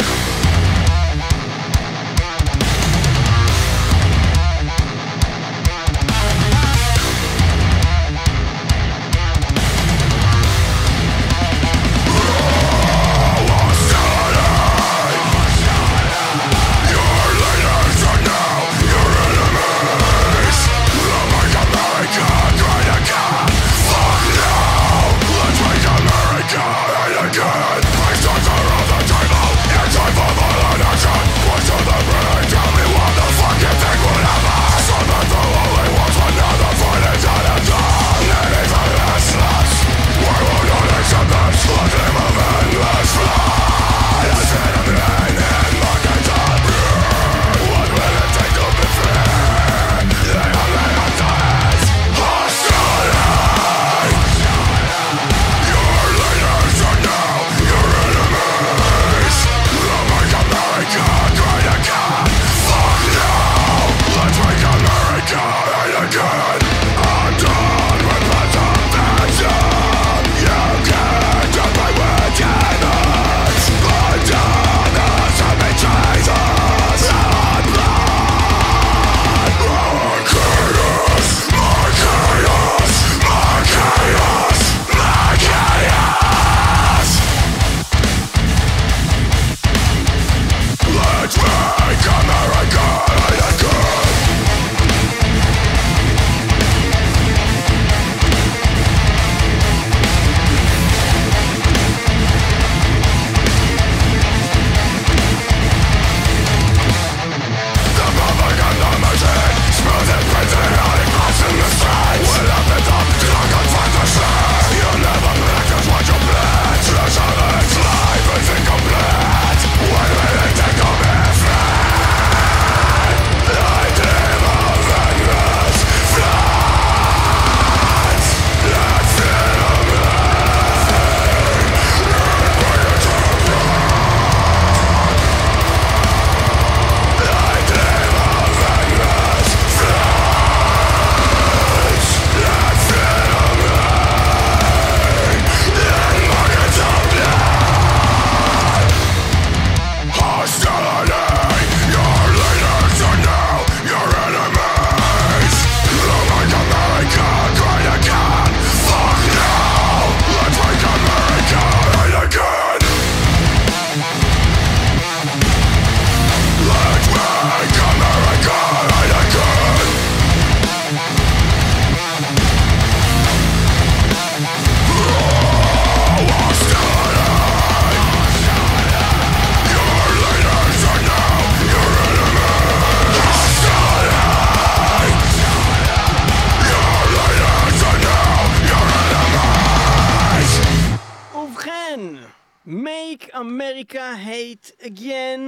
Make America Hate Again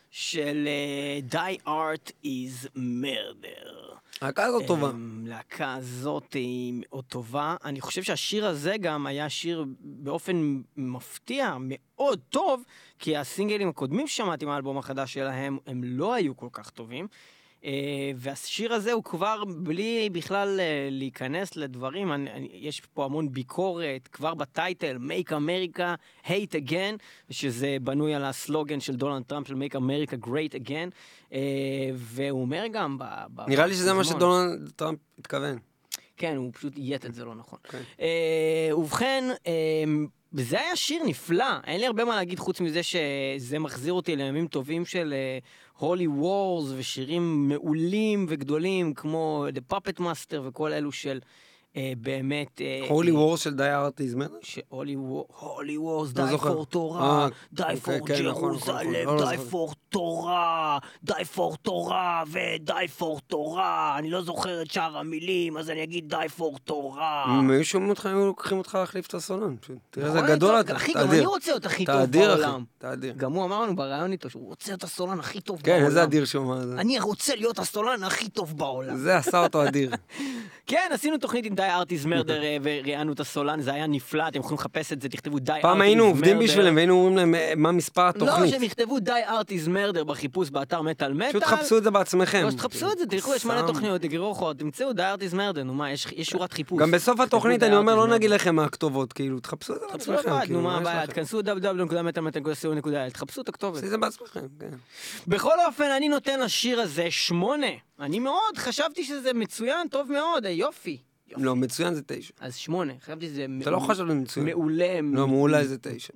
של uh, Die Art is Murder. להקה הזאת טובה. להקה הזאת היא מאוד טובה. אני חושב שהשיר הזה גם היה שיר באופן מפתיע מאוד טוב, כי הסינגלים הקודמים ששמעתי מהאלבום החדש שלהם, הם לא היו כל כך טובים. Uh, והשיר הזה הוא כבר בלי בכלל uh, להיכנס לדברים, אני, אני, יש פה המון ביקורת, כבר בטייטל, Make America Hate Again, שזה בנוי על הסלוגן של דונלד טראמפ של Make America Great Again, uh, והוא אומר גם... ב, ב, נראה לי שזה מה שדונלד טראמפ התכוון. כן, הוא פשוט יית את זה לא נכון. כן. Uh, ובכן, uh, זה היה שיר נפלא, אין לי הרבה מה להגיד חוץ מזה שזה מחזיר אותי לימים טובים של הולי uh, וורס ושירים מעולים וגדולים כמו The Puppet Master וכל אלו של אה, באמת... הולי וורס של די ארטיז מדר? הולי וורס, לא די זוכר. פור תורה, אה, די אוקיי, פור כן, נכון, נכון, ג'רוזלם, נכון, לא די זוכר. פור תורה, די פור תורה ודי פור תורה. אני לא זוכר את שאר המילים, אז אני אגיד די פור תורה. אם היו שומעים אותך, היו לוקחים אותך להחליף את הסולן. פשוט. תראה איזה נכון, גדול טוב, אתה, אחי, גם תאדיר. אני רוצה להיות הכי טוב תאדיר, אחי, בעולם. תאדיר. גם הוא אמר לנו ברעיון איתו שהוא רוצה את הסולן הכי טוב כן, בעולם. איזה אדיר שהוא אמר את זה. אני רוצה להיות הסולן הכי טוב בעולם. זה עשה אותו אדיר. כן, עשינו תוכנית עם די ארטיז מרדר וראיינו את הסולן, זה היה נפלא, אתם יכולים לחפש את זה, תכתבו די ארטיז מרדר. פעם היינו עובדים בשבילם והיינו אומרים להם מה מספר לא, התוכנית. שהם יכתבו די ארטיז מרדר בחיפוש באתר מטל מטל. פשוט חפשו את זה בעצמכם. לא, שתחפשו את זה, תלכו, יש מלא תוכניות, תגרו אוחות, תמצאו די ארטיז מרדר, נו מה, יש שורת חיפוש. גם בסוף התוכנית אני אומר, לא נגיד לכם מה הכתובות, כאילו, תחפשו את זה תחפשו בעצמכם. לבד, כאילו, נו מה יש הבעיה, לכם? תכנסו דאבליו דאבליו דאבליו נקודה מטל מטל נקודה סי או נקודה איי אל, תחפשו את הכתובת. עשי את זה בעצמכם, כן. בכל אופן, אני נותן לשיר הזה שמונה. אני מאוד, חשבתי שזה מצוין, טוב מאוד, יופי. לא, מצוין זה תשע. אז שמונה, חשבתי שזה אתה לא חושב שזה מצוין. מעולה. לא, מעולה זה תשע.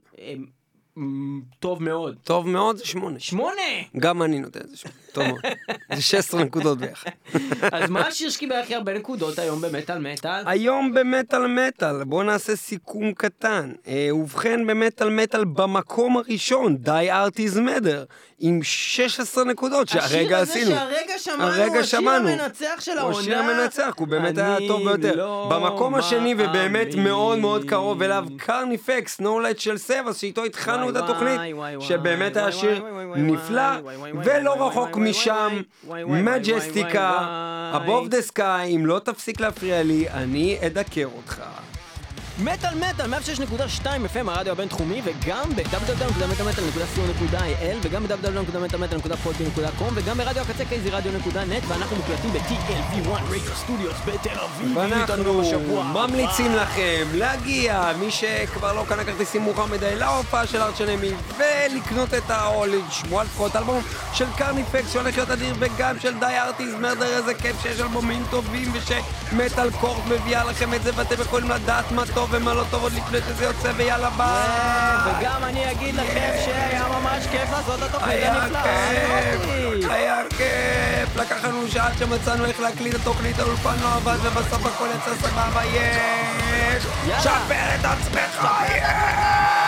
טוב מאוד. טוב מאוד זה שמונה. שמונה! גם אני נותן את זה שמונה. טוב מאוד. זה שש עשרה נקודות ביחד. אז מה השיר שקיבל הכי הרבה נקודות היום במטל מטל? היום במטל מטל, בואו נעשה סיכום קטן. אה, ובכן במטל מטל במקום הראשון, די ארטיז מדר, עם שש עשרה נקודות שהרגע עשינו. השיר הזה שהרגע שמענו, הרגע השיר שמענו. המנצח של העונה. הוא השיר המנצח, הוא באמת היה אני טוב ביותר. לא במקום השני ובאמת מאמין. מאוד מאוד קרוב אליו, קרניפקס, נולד של סבס, שאיתו התחלנו את וואי, התוכנית, וואי, וואי, שבאמת וואי, היה וואי, שיר וואי, וואי, וואי, נפלא, וואי, וואי, וואי, ולא וואי, רחוק וואי, וואי, משם, וואי, וואי, וואי, מג'סטיקה, וואי, וואי. above the sky, אם לא תפסיק להפריע לי, אני אדקר אותך. מטל מטל, מאה ושש נקודה שתיים אף אם הרדיו הבינתחומי, וגם ב-דאבליו דאבליו דאבליו נקודה מטל מטל נקודה סי או נקודה איי אל, וגם ב-דאבליו דאבליו דאבליו נקודה מטל מטל נקודה פודבין נקודה קום, וגם ברדיו הקצה קייזי רדיו נקודה נט, ואנחנו מוקלטים ב-טי אל וי וואן Radio Studios בתל אביב. ואנחנו ממליצים לכם להגיע, מי שכבר לא קנה כרטיסים מאוחר מדי, להופעה של ארט שלמי, ולקנות את האוליד, שמוע לפחות אלבום של קרניפקס שהולך להיות אדיר, וגם של די ארטיז מרדר, איזה כיף שיש אלבומים טובים, ושמטל קורט מביאה לכם את זה, ואתם יכולים לדעת מה טוב ומה לא טוב עוד לפני שזה יוצא, ויאללה ביי. וגם אני אגיד לכם שהיה ממש כיף לעשות את התוכנית היה הנפלאה. כיף, היה כיף. לקח לנו שעה שמצאנו איך להקליט את התוכנית, האולפן לא עבד ובסוף הכל יצא סבבה. יש, יאללה. שפר את עצמך, יש.